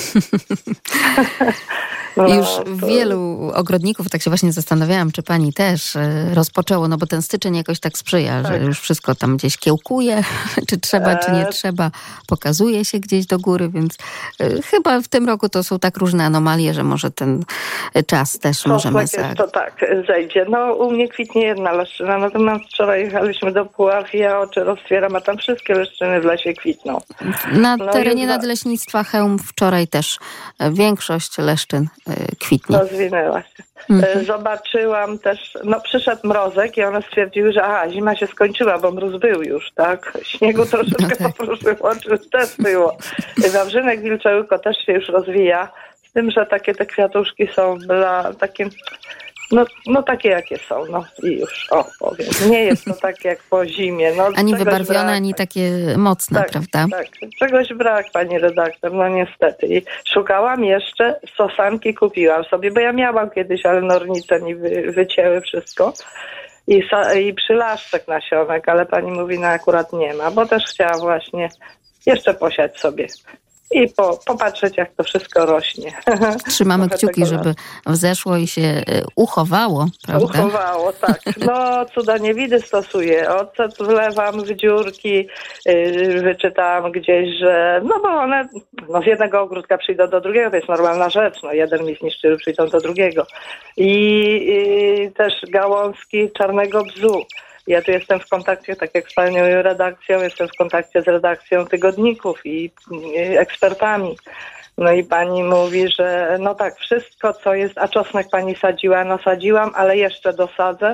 No, już to... wielu ogrodników, tak się właśnie zastanawiałam, czy pani też rozpoczęło, no bo ten styczeń jakoś tak sprzyja, tak. Że już wszystko tam gdzieś kiełkuje, czy trzeba, czy nie trzeba, pokazuje się gdzieś do góry, więc chyba w tym roku to są tak różne anomalie, że może ten czas też to możemy... Za... To tak, zejdzie. No u mnie kwitnie jedna leszczyna, natomiast wczoraj jechaliśmy do Puław i ja oczy roztwieram, a tam wszystkie leszczyny w lesie kwitną. Na no terenie Nadleśnictwa Chełm wczoraj też większość leszczyn kwitnie. Rozwinęła się. Mhm. Zobaczyłam też, no przyszedł mrozek i one stwierdziły, że aha, zima się skończyła, bo mróz był już, tak? Śniegu troszeczkę no tak. Poproszyło, czy też było. Wawrzynek wilczełyko też się już rozwija, z tym, że takie te kwiatuszki są dla takim... No, no takie jakie są, no i już, o powiem. Nie jest to tak jak po zimie. No, ani wybarwione, brak. Ani takie mocne, tak, prawda? Tak, czegoś brak, pani redaktor, no niestety. I szukałam jeszcze, sosanki kupiłam sobie, bo ja miałam kiedyś, ale nornice mi wy, wycięły wszystko. I, I przylaszczek nasionek, ale pani mówi, no akurat nie ma, bo też chciała właśnie jeszcze posiać sobie. I po, popatrzeć, jak to wszystko rośnie. Trzymamy kciuki, żeby wzeszło i się uchowało, prawda? Uchowało, tak. No, cuda niewidy stosuję. Ocet wlewam w dziurki. Yy, wyczytałam gdzieś, że no bo one no, z jednego ogródka przyjdą do drugiego. To jest normalna rzecz. No, jeden mi zniszczył, przyjdą do drugiego. I yy, też gałązki czarnego bzu. Ja tu jestem w kontakcie, tak jak z panią redakcją, jestem w kontakcie z redakcją tygodników i ekspertami. No i pani mówi, że no tak, wszystko co jest, a czosnek pani sadziła, no sadziłam, ale jeszcze dosadzę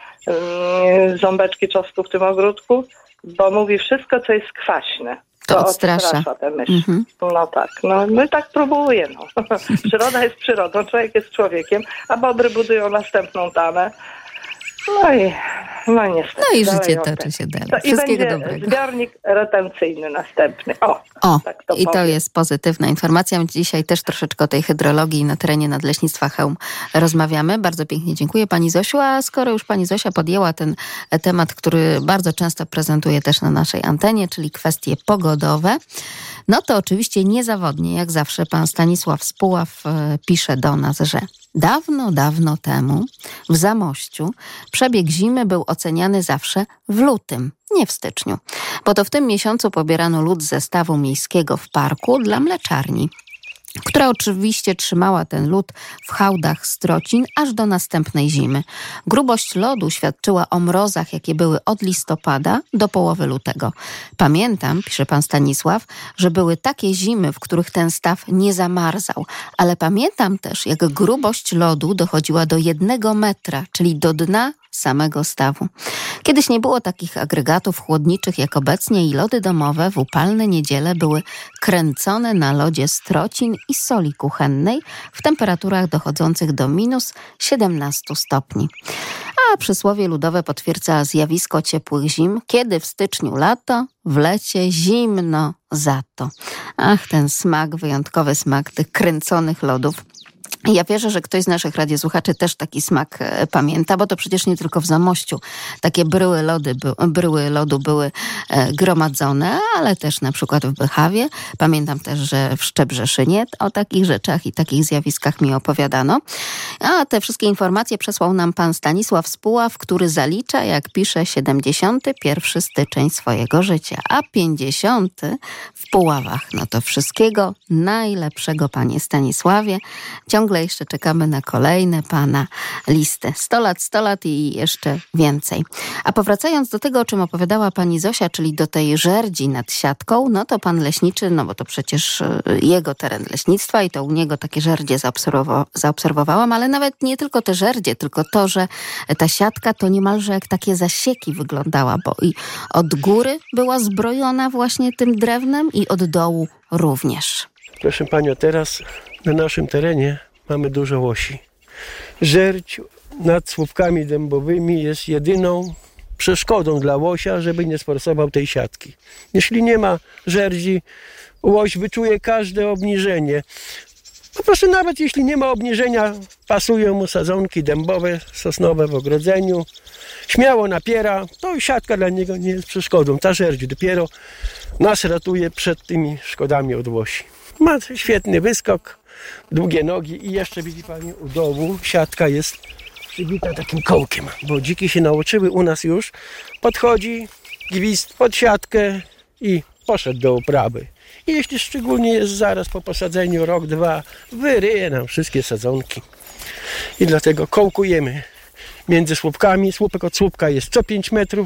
yy, ząbeczki czosnku w tym ogródku, bo mówi wszystko co jest kwaśne. To, to odstrasza. odstrasza te myszy. Mhm. No tak, no my tak próbujemy. No. Przyroda jest przyrodą, człowiek jest człowiekiem, a bobry budują następną tamę. No i no niestety. No i dalej życie o toczy tym. się dalej. To Wszystkiego i będzie dobrego. zbiornik retencyjny następny. O, O, tak to i to powiem. jest pozytywna informacja. Dzisiaj też troszeczkę o tej hydrologii na terenie Nadleśnictwa Chełm rozmawiamy. Bardzo pięknie dziękuję pani Zosiu, a skoro już pani Zosia podjęła ten temat, który bardzo często prezentuje też na naszej antenie, czyli kwestie pogodowe, no to oczywiście niezawodnie, jak zawsze, pan Stanisław Spuław e, pisze do nas, że dawno, dawno temu w Zamościu przebieg zimy był oceniany zawsze w lutym, nie w styczniu, bo to w tym miesiącu pobierano lód ze stawu miejskiego w parku dla mleczarni, która oczywiście trzymała ten lód w hałdach z trocin aż do następnej zimy. Grubość lodu świadczyła o mrozach, jakie były od listopada do połowy lutego. Pamiętam, pisze pan Stanisław, że były takie zimy, w których ten staw nie zamarzał, ale pamiętam też, jak grubość lodu dochodziła do jednego metra, czyli do dna samego stawu. Kiedyś nie było takich agregatów chłodniczych jak obecnie i lody domowe w upalne niedziele były kręcone na lodzie z trocin i soli kuchennej w temperaturach dochodzących do minus siedemnaście stopni. A przysłowie ludowe potwierdza zjawisko ciepłych zim, kiedy w styczniu lato, w lecie zimno za to. Ach, ten smak, wyjątkowy smak tych kręconych lodów. Ja wierzę, że ktoś z naszych radiosłuchaczy też taki smak e, pamięta, bo to przecież nie tylko w Zamościu takie bryły, lody, by, bryły lodu były e, gromadzone, ale też na przykład w Bychawie. Pamiętam też, że w Szczebrzeszynie o takich rzeczach i takich zjawiskach mi opowiadano. A te wszystkie informacje przesłał nam pan Stanisław Spuław, który zalicza, jak pisze, siedemdziesiąty pierwszy styczeń swojego życia, a pięćdziesiąty w Puławach. No to wszystkiego najlepszego, panie Stanisławie. Ciągle jeszcze czekamy na kolejne pana listy. sto lat, sto lat i jeszcze więcej. A powracając do tego, o czym opowiadała pani Zosia, czyli do tej żerdzi nad siatką, no to pan leśniczy, no bo to przecież jego teren leśnictwa i to u niego takie żerdzie zaobserwowa- zaobserwowałam, ale nawet nie tylko te żerdzie, tylko to, że ta siatka to niemalże jak takie zasieki wyglądała, bo i od góry była zbrojona właśnie tym drewnem i od dołu również. Proszę panią, teraz na naszym terenie mamy dużo łosi. Żerdź nad słupkami dębowymi jest jedyną przeszkodą dla łosia, żeby nie sforsował tej siatki. Jeśli nie ma żerdzi, łoś wyczuje każde obniżenie. Po prostu nawet jeśli nie ma obniżenia, pasują mu sadzonki dębowe, sosnowe w ogrodzeniu. Śmiało napiera, to siatka dla niego nie jest przeszkodą. Ta żerdź dopiero nas ratuje przed tymi szkodami od łosi. Ma świetny wyskok, długie nogi i jeszcze widzi pani u dołu siatka jest przybita takim kołkiem, bo dziki się nauczyły u nas już. Podchodzi gwizd pod siatkę i poszedł do uprawy. I jeśli szczególnie jest zaraz po posadzeniu, rok, dwa, wyryje nam wszystkie sadzonki. I dlatego kołkujemy między słupkami. Słupek od słupka jest co pięć metrów.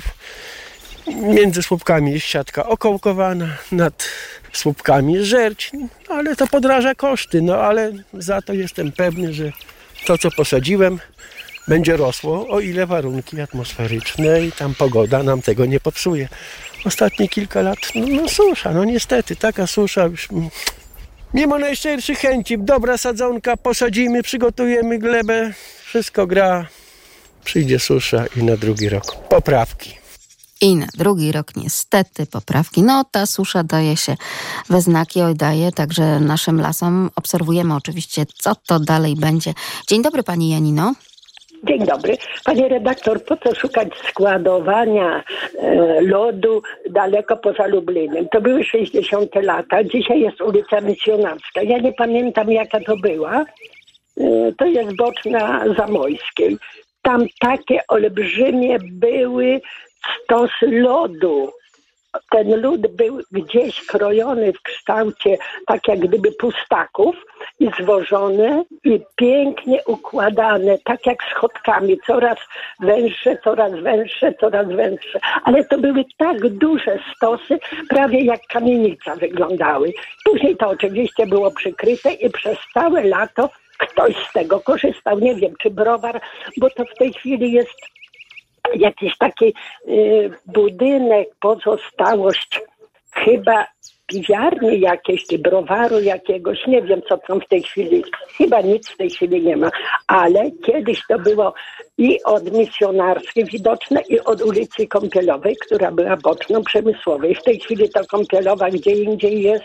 Między słupkami jest siatka okołkowana, nad słupkami żerdź, ale to podraża koszty, no ale za to jestem pewny, że to co posadziłem będzie rosło, o ile warunki atmosferyczne i tam pogoda nam tego nie popsuje. Ostatnie kilka lat, no, no susza, no niestety, taka susza już mimo najszczerszych chęci, dobra sadzonka, posadzimy, przygotujemy glebę, wszystko gra, przyjdzie susza i na drugi rok poprawki. I na drugi rok niestety poprawki. No ta susza daje się we znaki, oj daje, także naszym lasom obserwujemy oczywiście, co to dalej będzie. Dzień dobry pani Janino. Dzień dobry. Panie redaktor, po co szukać składowania e, lodu daleko poza Lublinem? To były sześćdziesiąte lata, dzisiaj jest ulica Misjonarska. Ja nie pamiętam jaka to była. E, to jest boczna Zamojskiej. Tam takie olbrzymie były stosy lodu. ten lód był gdzieś krojony w kształcie tak jak gdyby pustaków i zwożone i pięknie układane, tak jak schodkami, coraz węższe, coraz węższe, coraz węższe. Ale to były tak duże stosy, prawie jak kamienica wyglądały. Później to oczywiście było przykryte i przez całe lato ktoś z tego korzystał. Nie wiem, czy browar, bo to w tej chwili jest jakiś taki y, budynek, pozostałość chyba piwiarni jakiejś, czy browaru jakiegoś, nie wiem co tam w tej chwili, chyba nic w tej chwili nie ma, ale kiedyś to było i od Misjonarskie widoczne i od ulicy Kąpielowej, która była boczną Przemysłowej. W tej chwili to Kąpielowa gdzie indziej jest.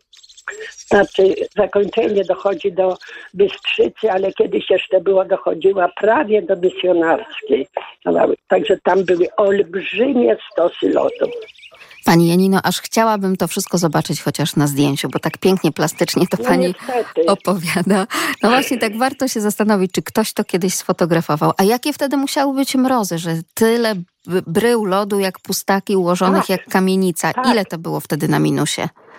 Znaczy zakończenie dochodzi do Bystrzycy, ale kiedyś jeszcze było, dochodziła prawie do Misjonarskiej. Także tam były olbrzymie stosy lodu. Pani Janino, aż chciałabym to wszystko zobaczyć chociaż na zdjęciu, bo tak pięknie, plastycznie to no pani niestety. opowiada. No właśnie, tak warto się zastanowić, czy ktoś to kiedyś sfotografował. A jakie wtedy musiały być mrozy, że tyle brył lodu jak pustaki ułożonych tak, jak kamienica. tak. Ile to było wtedy na minusie?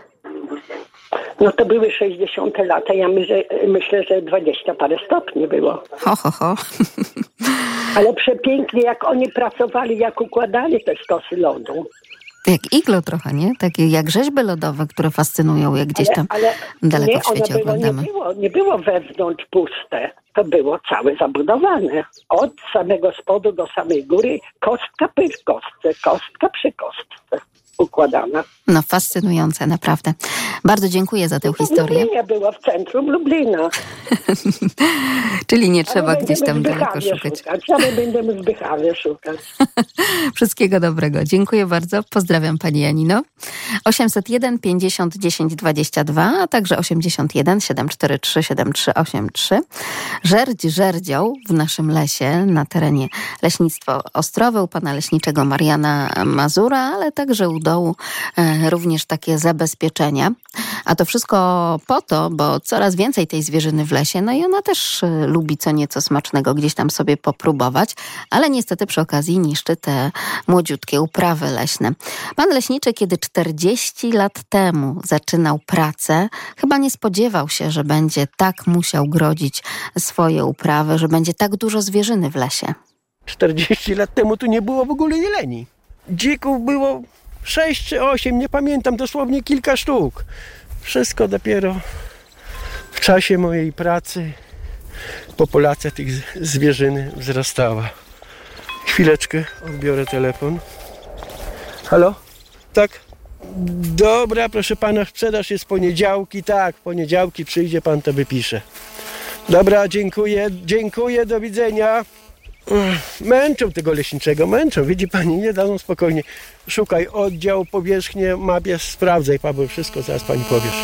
No to były sześćdziesiąte lata. Ja myślę, myślę, że dwadzieścia parę stopni było. Ho, ho, ho. Ale przepięknie, jak oni pracowali, jak układali te stosy lodu. Jak iglo trochę, nie? Takie jak rzeźby lodowe, które fascynują, jak gdzieś tam ale, ale daleko nie, w świecie ono było, oglądamy. Nie było, nie było wewnątrz puste. To było całe zabudowane. Od samego spodu do samej góry. Kostka przy kostce, kostka przy kostce układana. No fascynujące, naprawdę. Bardzo dziękuję za tę to historię. W Lublinie było, w centrum Lublina. Czyli nie trzeba Ale gdzieś tam daleko Zbychawie szukać. szukać. Ale będziemy w Zbychawie szukać. Wszystkiego dobrego. Dziękuję bardzo. Pozdrawiam pani Janino. osiemset jeden pięćdziesiąt dziesięć dwadzieścia dwa, a także osiemdziesiąt jeden siedem cztery trzy siedem trzy osiem trzy. Żerdź żerdział w naszym lesie na terenie Leśnictwo Ostrowe u pana leśniczego Mariana Mazura, ale także u dołu e, również takie zabezpieczenia. A to wszystko po to, bo coraz więcej tej zwierzyny w lesie, no i ona też e, lubi co nieco smacznego gdzieś tam sobie popróbować, ale niestety przy okazji niszczy te młodziutkie uprawy leśne. Pan leśniczy, kiedy czterdzieści lat temu zaczynał pracę, chyba nie spodziewał się, że będzie tak musiał grodzić swoje uprawy, że będzie tak dużo zwierzyny w lesie. czterdzieści lat temu tu nie było w ogóle jeleni. Dzików było sześć czy osiem, nie pamiętam, dosłownie kilka sztuk. Wszystko dopiero w czasie mojej pracy populacja tych zwierzyny wzrastała. Chwileczkę, odbiorę telefon. Halo? Tak? Dobra, proszę pana, sprzedaż jest w poniedziałki. Tak, w poniedziałki przyjdzie pan, to wypisze. Dobra, dziękuję, dziękuję, do widzenia. Męczą tego leśniczego, męczą. Widzi pani, nie dadzą spokojnie. Szukaj oddział, powierzchnię, mapie, sprawdzaj, Paweł, wszystko zaraz pani powiesz.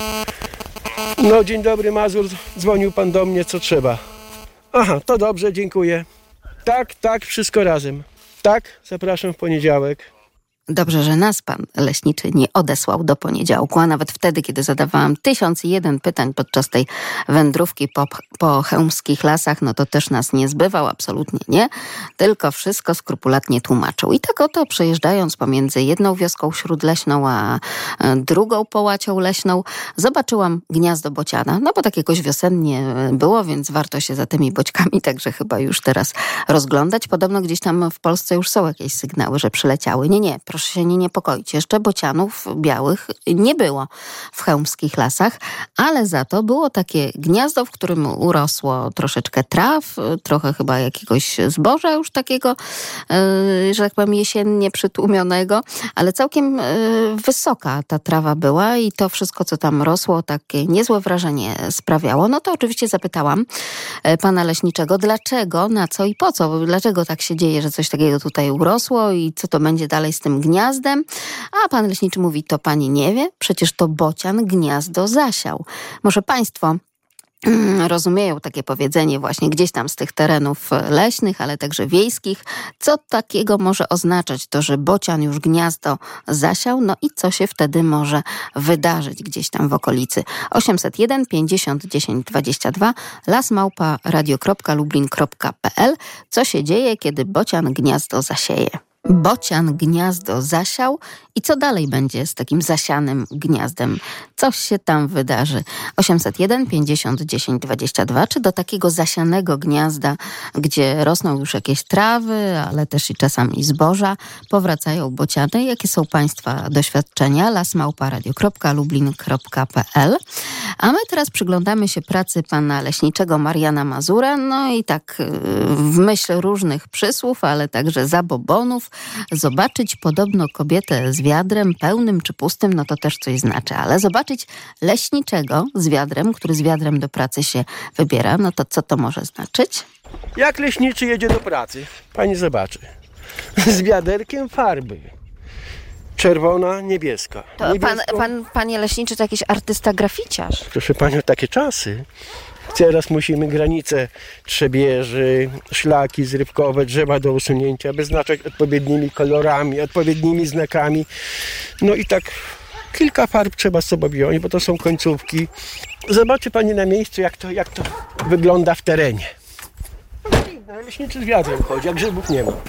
No, dzień dobry, Mazur, dzwonił pan do mnie, co trzeba. Aha, to dobrze, dziękuję. Tak, tak, wszystko razem. Tak, zapraszam w poniedziałek. Dobrze, że nas pan leśniczy nie odesłał do poniedziałku, a nawet wtedy, kiedy zadawałam tysiąc jeden pytań podczas tej wędrówki po, po chełmskich lasach, no to też nas nie zbywał, absolutnie nie, tylko wszystko skrupulatnie tłumaczył. I tak oto przejeżdżając pomiędzy jedną wioską śródleśną, a drugą połacią leśną, zobaczyłam gniazdo bociana, no bo tak jakoś wiosennie było, więc warto się za tymi boćkami także chyba już teraz rozglądać. Podobno gdzieś tam w Polsce już są jakieś sygnały, że przyleciały. Nie, nie, proszę się nie niepokoić. Jeszcze bocianów białych nie było w chełmskich lasach, ale za to było takie gniazdo, w którym urosło troszeczkę traw, trochę chyba jakiegoś zboża już takiego, yy, że tak powiem, jesiennie przytłumionego, ale całkiem yy, wysoka ta trawa była i to wszystko, co tam rosło, takie niezłe wrażenie sprawiało. No to oczywiście zapytałam yy, pana leśniczego, dlaczego, na co i po co, dlaczego tak się dzieje, że coś takiego tutaj urosło i co to będzie dalej z tym gniazdem, a pan leśniczy mówi, to pani nie wie, przecież to bocian gniazdo zasiał. Może państwo rozumieją takie powiedzenie właśnie gdzieś tam z tych terenów leśnych, ale także wiejskich. Co takiego może oznaczać to, że bocian już gniazdo zasiał? No i co się wtedy może wydarzyć gdzieś tam w okolicy? osiemset jeden pięćdziesiąt dziesięć dwadzieścia dwa lasmałpa radio kropka lublin kropka p l. Co się dzieje, kiedy bocian gniazdo zasieje? Bocian gniazdo zasiał i co dalej będzie z takim zasianym gniazdem? Coś się tam wydarzy. osiemset jeden pięćdziesiąt dziesięć dwadzieścia dwa, czy do takiego zasianego gniazda, gdzie rosną już jakieś trawy, ale też i czasami zboża, powracają bociany? Jakie są Państwa doświadczenia? lasmałpa radio kropka lublin kropka p l. A my teraz przyglądamy się pracy pana leśniczego Mariana Mazura, no i tak w myśl różnych przysłów, ale także zabobonów, zobaczyć podobno kobietę z wiadrem, pełnym czy pustym, no to też coś znaczy, ale zobaczyć leśniczego z wiadrem, który z wiadrem do pracy się wybiera, no to co to może znaczyć? Jak leśniczy jedzie do pracy, pani zobaczy, z wiaderkiem farby. Czerwona, niebieska. To pan, pan, panie leśniczy, to jakiś artysta graficiarz. Proszę panią, takie czasy. Teraz musimy granice trzebieży, szlaki zrywkowe, drzewa do usunięcia wyznaczać odpowiednimi kolorami, odpowiednimi znakami. No i tak kilka farb trzeba z sobą wziąć, bo to są końcówki. Zobaczy pani na miejscu, jak to, jak to wygląda w terenie. No, leśniczy z wiatrem chodzi, a grzybów nie ma.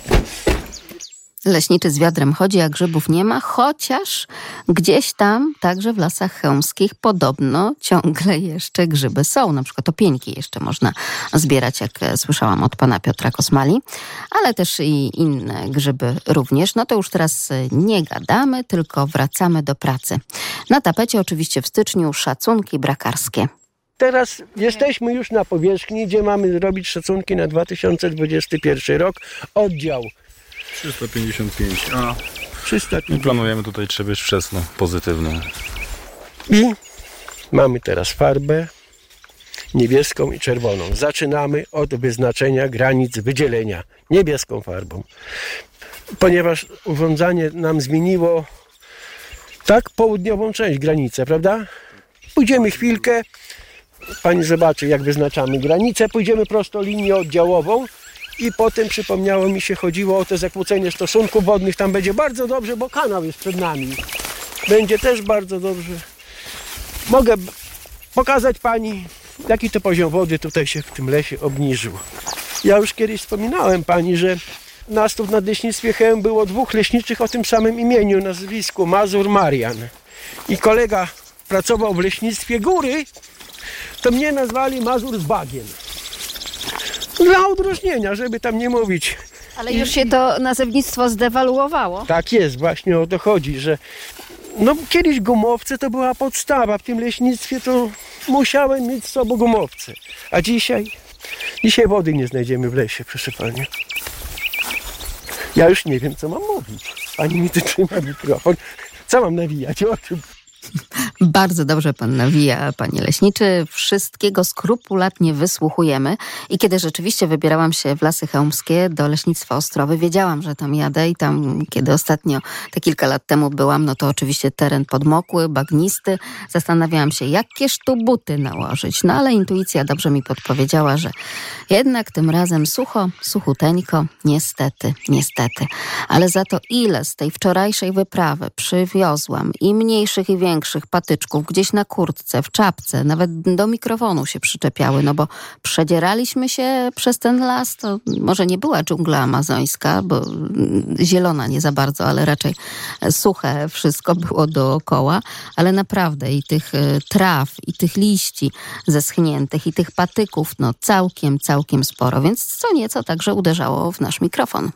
Leśniczy z wiadrem chodzi, a grzybów nie ma, chociaż gdzieś tam, także w Lasach Chełmskich, podobno ciągle jeszcze grzyby są. Na przykład opieńki jeszcze można zbierać, jak słyszałam od pana Piotra Kosmali, ale też i inne grzyby również. No to już teraz nie gadamy, tylko wracamy do pracy. Na tapecie oczywiście w styczniu szacunki brakarskie. Teraz jesteśmy już na powierzchni, gdzie mamy robić szacunki na dwa tysiące dwudziesty pierwszy rok. Oddział trzysta pięćdziesiąt pięć a. trzysta pięćdziesiąt. I planujemy tutaj trzebież wczesną, pozytywną. I mamy teraz farbę niebieską i czerwoną. Zaczynamy od wyznaczenia granic wydzielenia niebieską farbą. Ponieważ urządzanie nam zmieniło tak południową część granicy, prawda? Pójdziemy chwilkę, pani zobaczy, jak wyznaczamy granicę, pójdziemy prosto linię oddziałową. I potem przypomniało mi się, chodziło o to zakłócenie stosunków wodnych. Tam będzie bardzo dobrze, bo kanał jest przed nami. Będzie też bardzo dobrze. Mogę pokazać pani, jaki to poziom wody tutaj się w tym lesie obniżył. Ja już kiedyś wspominałem pani, że nas tu w Nadleśnictwie Chełm było dwóch leśniczych o tym samym imieniu, nazwisku Mazur Marian. I kolega pracował w leśnictwie Góry, to mnie nazwali Mazur z Bagiem. Dla odróżnienia, żeby tam nie mówić. Ale już się to nazewnictwo zdewaluowało. Tak jest, właśnie o to chodzi, że no kiedyś gumowce to była podstawa. W tym leśnictwie to musiałem mieć z sobą gumowce. A dzisiaj? Dzisiaj wody nie znajdziemy w lesie, proszę pani. Ja już nie wiem, co mam mówić. Pani mi tu trzyma mikrofon. Co mam nawijać? O czym? Bardzo dobrze pan nawija, panie leśniczy. Wszystkiego skrupulatnie wysłuchujemy. I kiedy rzeczywiście wybierałam się w Lasy Chełmskie do Leśnictwa Ostrowy, wiedziałam, że tam jadę i tam, kiedy ostatnio, te kilka lat temu byłam, no to oczywiście teren podmokły, bagnisty. Zastanawiałam się, jakież tu buty nałożyć. No ale intuicja dobrze mi podpowiedziała, że jednak tym razem sucho, suchuteńko, niestety, niestety. Ale za to ile z tej wczorajszej wyprawy przywiozłam i mniejszych i większych patyczków gdzieś na kurtce, w czapce, nawet do mikrofonu się przyczepiały, no bo przedzieraliśmy się przez ten las, to może nie była dżungla amazońska, bo zielona nie za bardzo, ale raczej suche wszystko było dookoła, ale naprawdę i tych traw, i tych liści zeschniętych, i tych patyków, no całkiem, całkiem sporo, więc co nieco także uderzało w nasz mikrofon.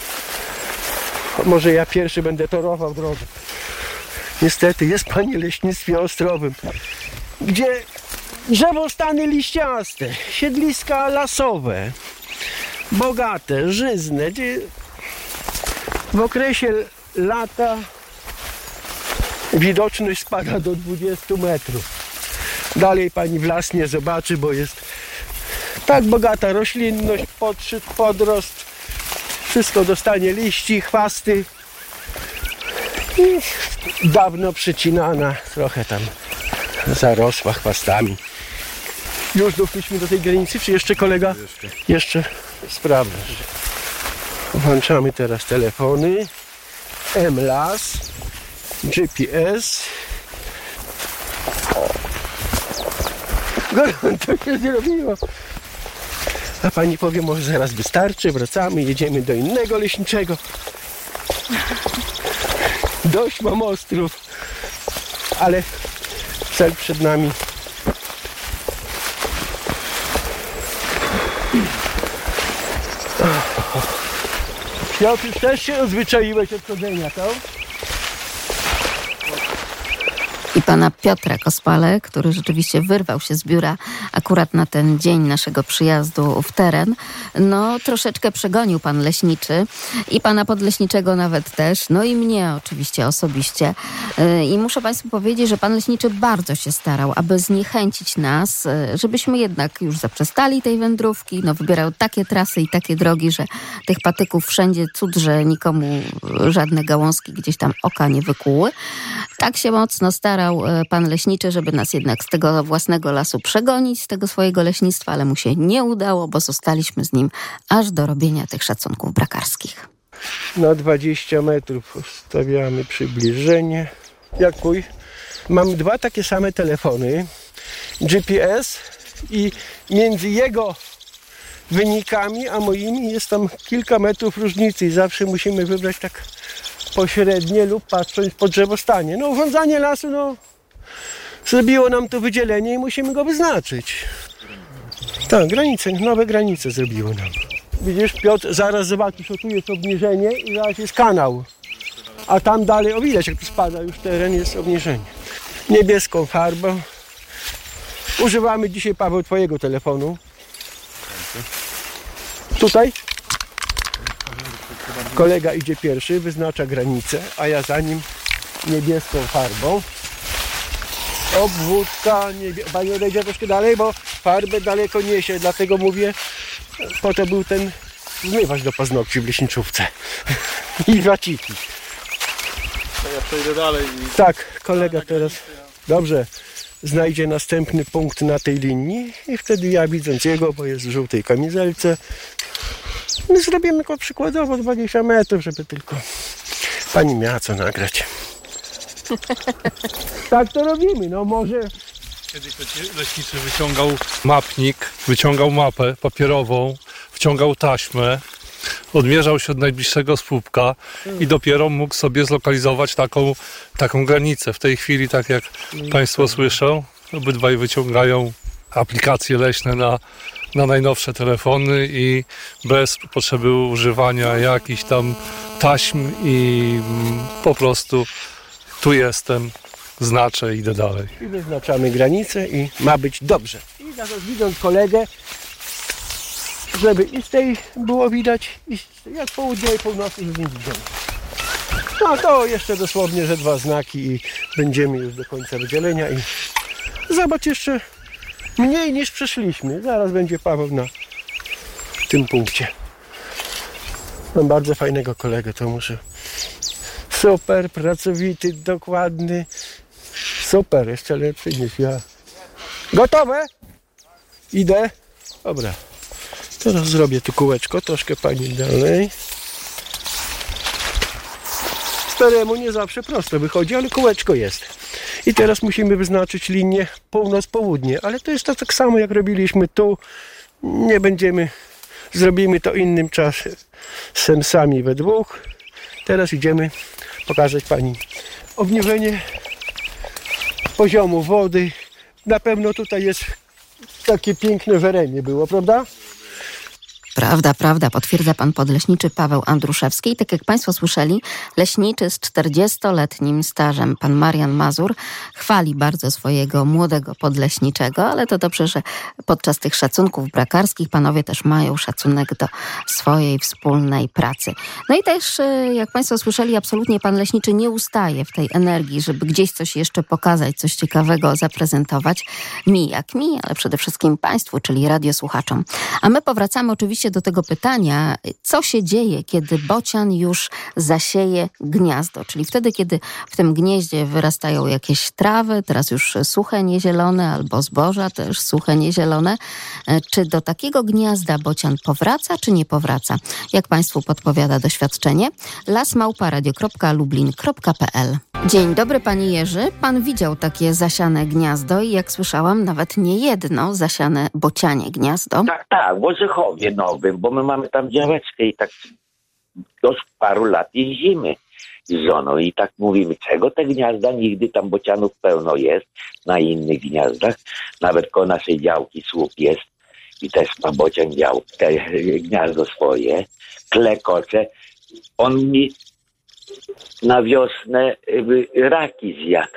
Może ja pierwszy będę torował drogę. Niestety jest pani Leśnictwie Ostrowym, gdzie drzewostany liściaste, siedliska lasowe, bogate, żyzne, gdzie w okresie lata widoczność spada do dwudziestu metrów. Dalej pani w las nie zobaczy, bo jest tak bogata roślinność, podszyt, podrost, wszystko dostanie liści, chwasty. I dawno przycinana, trochę tam zarosła chwastami. Już doszliśmy do tej granicy, czy jeszcze kolega? Jeszcze. Jeszcze sprawdzę. Włączamy teraz telefony. M-Las, G P S. Gorąco się zrobiło. A pani powie, może zaraz wystarczy, wracamy, jedziemy do innego leśniczego. Dość mam ostrów, ale cel przed nami. Piotr, też się odzwyczaiłeś od chodzenia, to? I pana Piotra Kospale, który rzeczywiście wyrwał się z biura akurat na ten dzień naszego przyjazdu w teren. No, troszeczkę przegonił pan leśniczy i pana podleśniczego nawet też, no i mnie oczywiście osobiście. I muszę państwu powiedzieć, że pan leśniczy bardzo się starał, aby zniechęcić nas, żebyśmy jednak już zaprzestali tej wędrówki. No, wybierał takie trasy i takie drogi, że tych patyków wszędzie cud, że nikomu żadne gałązki gdzieś tam oka nie wykuły. Tak się mocno starał pan leśniczy, żeby nas jednak z tego własnego lasu przegonić, z tego swojego leśnictwa, ale mu się nie udało, bo zostaliśmy z nim aż do robienia tych szacunków brakarskich. Na dwadzieścia metrów ustawiamy przybliżenie. Jak pój? Mam dwa takie same telefony, G P S i między jego wynikami a moimi jest tam kilka metrów różnicy i zawsze musimy wybrać tak pośrednie lub patrząc po drzewostanie. No urządzanie lasu, no zrobiło nam to wydzielenie i musimy go wyznaczyć. Tak, granice, nowe granice zrobiły nam. Widzisz, Piotr, zaraz zobaczysz, o tu jest obniżenie i zaraz jest kanał. A tam dalej, o widać jak tu spada już teren, jest obniżenie. Niebieską farbą. Używamy dzisiaj, Paweł, twojego telefonu. Tutaj kolega idzie pierwszy, wyznacza granicę, a ja za nim niebieską farbą. Obwódka, niebie... Pani odejdzie troszkę dalej, bo farbę daleko niesie, dlatego mówię, po to był ten zmywacz do paznokci w leśniczówce. I waciki. To ja przejdę dalej. I... Tak, kolega teraz, dobrze, znajdzie następny punkt na tej linii i wtedy ja, widząc jego, bo jest w żółtej kamizelce, my zrobimy go przykładowo dwadzieścia metrów, żeby tylko pani miała co nagrać. Tak to robimy, no może... Kiedyś leśniczy wyciągał mapnik, wyciągał mapę papierową, wciągał taśmę, odmierzał się od najbliższego słupka i dopiero mógł sobie zlokalizować taką, taką granicę. W tej chwili, tak jak państwo słyszą, obydwaj wyciągają aplikacje leśne na, na najnowsze telefony i bez potrzeby używania jakichś tam taśm i po prostu tu jestem, znaczę, idę dalej. I wyznaczamy granicę i ma być dobrze. I zaraz widząc kolegę, żeby i z tej było widać, i jak południa i północy, że nie widzimy. No to jeszcze dosłownie, że dwa znaki i będziemy już do końca wydzielenia i zobacz, jeszcze mniej niż przeszliśmy. Zaraz będzie Paweł na tym punkcie. Mam bardzo fajnego kolegę, to muszę. Super, pracowity, dokładny. Super, jeszcze lepszy niż ja. Gotowe? Idę. Dobra. Teraz zrobię tu kółeczko, troszkę pani dalej. Staremu nie zawsze prosto wychodzi, ale kółeczko jest. I teraz musimy wyznaczyć linię północ-południe, ale to jest to tak samo jak robiliśmy tu. Nie będziemy, zrobimy to innym czasem sami we dwóch. Teraz idziemy pokazać pani obniżenie poziomu wody. Na pewno tutaj jest takie piękne żeremie było, prawda? Prawda, prawda, potwierdza pan podleśniczy Paweł Andruszewski. I tak jak państwo słyszeli, leśniczy z czterdziestoletnim stażem, pan Marian Mazur, chwali bardzo swojego młodego podleśniczego, ale to dobrze, że podczas tych szacunków brakarskich panowie też mają szacunek do swojej wspólnej pracy. No i też, jak państwo słyszeli, absolutnie pan leśniczy nie ustaje w tej energii, żeby gdzieś coś jeszcze pokazać, coś ciekawego zaprezentować. Mi jak mi, ale przede wszystkim państwu, czyli radiosłuchaczom. A my powracamy oczywiście do tego pytania, co się dzieje, kiedy bocian już zasieje gniazdo, czyli wtedy, kiedy w tym gnieździe wyrastają jakieś trawy, teraz już suche, niezielone, albo zboża też suche, niezielone. Czy do takiego gniazda bocian powraca, czy nie powraca? Jak państwu podpowiada doświadczenie? las małpa radio kropka lublin kropka p l. Dzień dobry, panie Jerzy. Pan widział takie zasiane gniazdo i jak słyszałam, nawet nie jedno zasiane bocianie gniazdo. Tak, tak, w Ozychowie Nowym, bo my mamy tam działeczkę i tak dość paru lat jeździmy. z żoną i tak mówimy, czego te gniazda, nigdy tam bocianów pełno jest, na innych gniazdach, nawet koło naszej działki słup jest i też ma bocian dział, te gniazdo swoje, klekocze. On mi na wiosnę y, raki zjadł.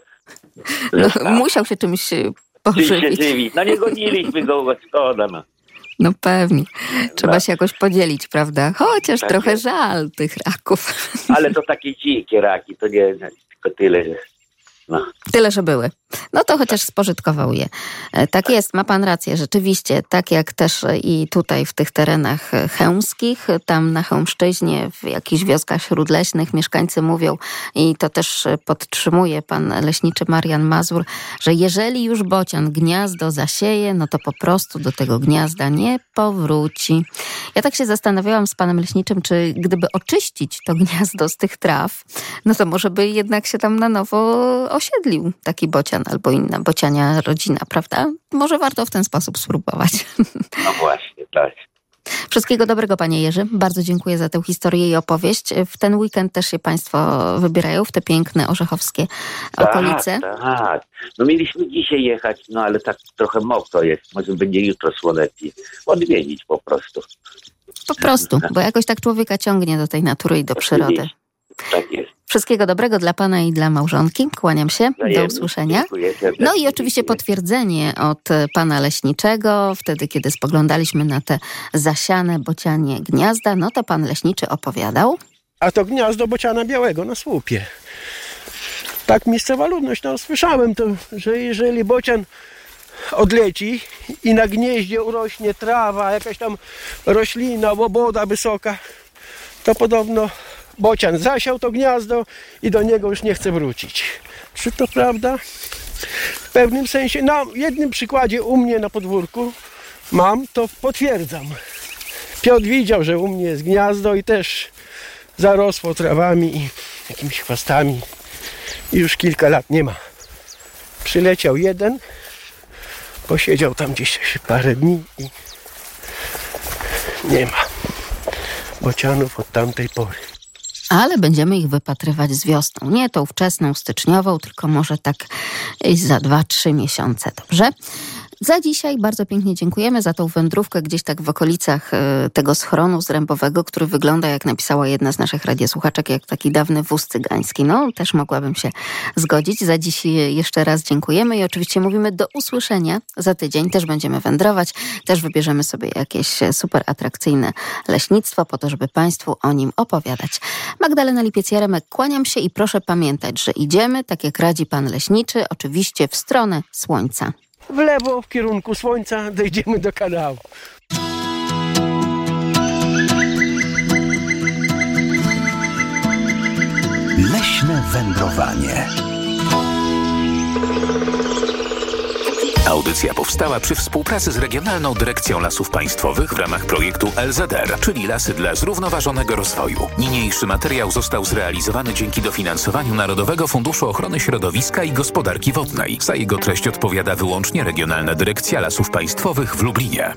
No, musiał się czymś pożywić. Czym się żywi? No nie goniliśmy go, bo szkoda. No. No pewnie. Trzeba no. się jakoś podzielić, prawda? Chociaż tak trochę jest. Żal tych raków. Ale to takie dzikie raki, to nie tylko tyle, że... No. Tyle, że były. No to chociaż spożytkował je. Tak jest, ma pan rację, rzeczywiście, tak jak też i tutaj w tych terenach chełmskich, tam na Chełmszczyźnie, w jakichś wioskach śródleśnych mieszkańcy mówią, i to też podtrzymuje pan leśniczy Marian Mazur, że jeżeli już bocian gniazdo zasieje, no to po prostu do tego gniazda nie powróci. Ja tak się zastanawiałam z panem leśniczym, czy gdyby oczyścić to gniazdo z tych traw, no to może by jednak się tam na nowo osiedlił taki bocian albo inna bociania rodzina, prawda? Może warto w ten sposób spróbować. No właśnie, tak. Wszystkiego dobrego, panie Jerzy. Bardzo dziękuję za tę historię i opowieść. W ten weekend też się państwo wybierają w te piękne orzechowskie tak, okolice. Tak, no mieliśmy dzisiaj jechać, no ale tak trochę mokro jest. Może będzie jutro słonecznie. Odwiedzić po prostu. Po prostu, bo jakoś tak człowieka ciągnie do tej natury i do przyrody. Tak jest. Wszystkiego dobrego dla pana i dla małżonki. Kłaniam się. Do usłyszenia. No i oczywiście potwierdzenie od pana leśniczego. Wtedy, kiedy spoglądaliśmy na te zasiane bocianie gniazda, no to pan leśniczy opowiadał. A to gniazdo bociana białego na słupie. Tak miejscowa ludność, no słyszałem to, że jeżeli bocian odleci i na gnieździe urośnie trawa, jakaś tam roślina, łoboda wysoka, to podobno bocian zasiał to gniazdo i do niego już nie chce wrócić. Czy to prawda? W pewnym sensie, na jednym przykładzie u mnie na podwórku mam, to potwierdzam. Piotr widział, że u mnie jest gniazdo i też zarosło trawami i jakimiś chwastami i już kilka lat nie ma. Przyleciał jeden, posiedział tam gdzieś parę dni i nie ma bocianów od tamtej pory. Ale będziemy ich wypatrywać z wiosną. Nie tą wczesną, styczniową, tylko może tak za dwa, trzy miesiące. Dobrze? Za dzisiaj bardzo pięknie dziękujemy za tą wędrówkę gdzieś tak w okolicach tego schronu zrębowego, który wygląda, jak napisała jedna z naszych radiosłuchaczek, jak taki dawny wóz cygański. No, też mogłabym się zgodzić. Za dziś jeszcze raz dziękujemy i oczywiście mówimy do usłyszenia za tydzień. Też będziemy wędrować, też wybierzemy sobie jakieś super atrakcyjne leśnictwo po to, żeby państwu o nim opowiadać. Magdalena Lipiec-Jaremek, kłaniam się i proszę pamiętać, że idziemy, tak jak radzi pan leśniczy, oczywiście w stronę słońca. W lewo, w kierunku słońca, dojdziemy do kanału. Leśne wędrowanie. Audycja powstała przy współpracy z Regionalną Dyrekcją Lasów Państwowych w ramach projektu L Z R, czyli Lasy dla Zrównoważonego Rozwoju. Niniejszy materiał został zrealizowany dzięki dofinansowaniu Narodowego Funduszu Ochrony Środowiska i Gospodarki Wodnej. Za jego treść odpowiada wyłącznie Regionalna Dyrekcja Lasów Państwowych w Lublinie.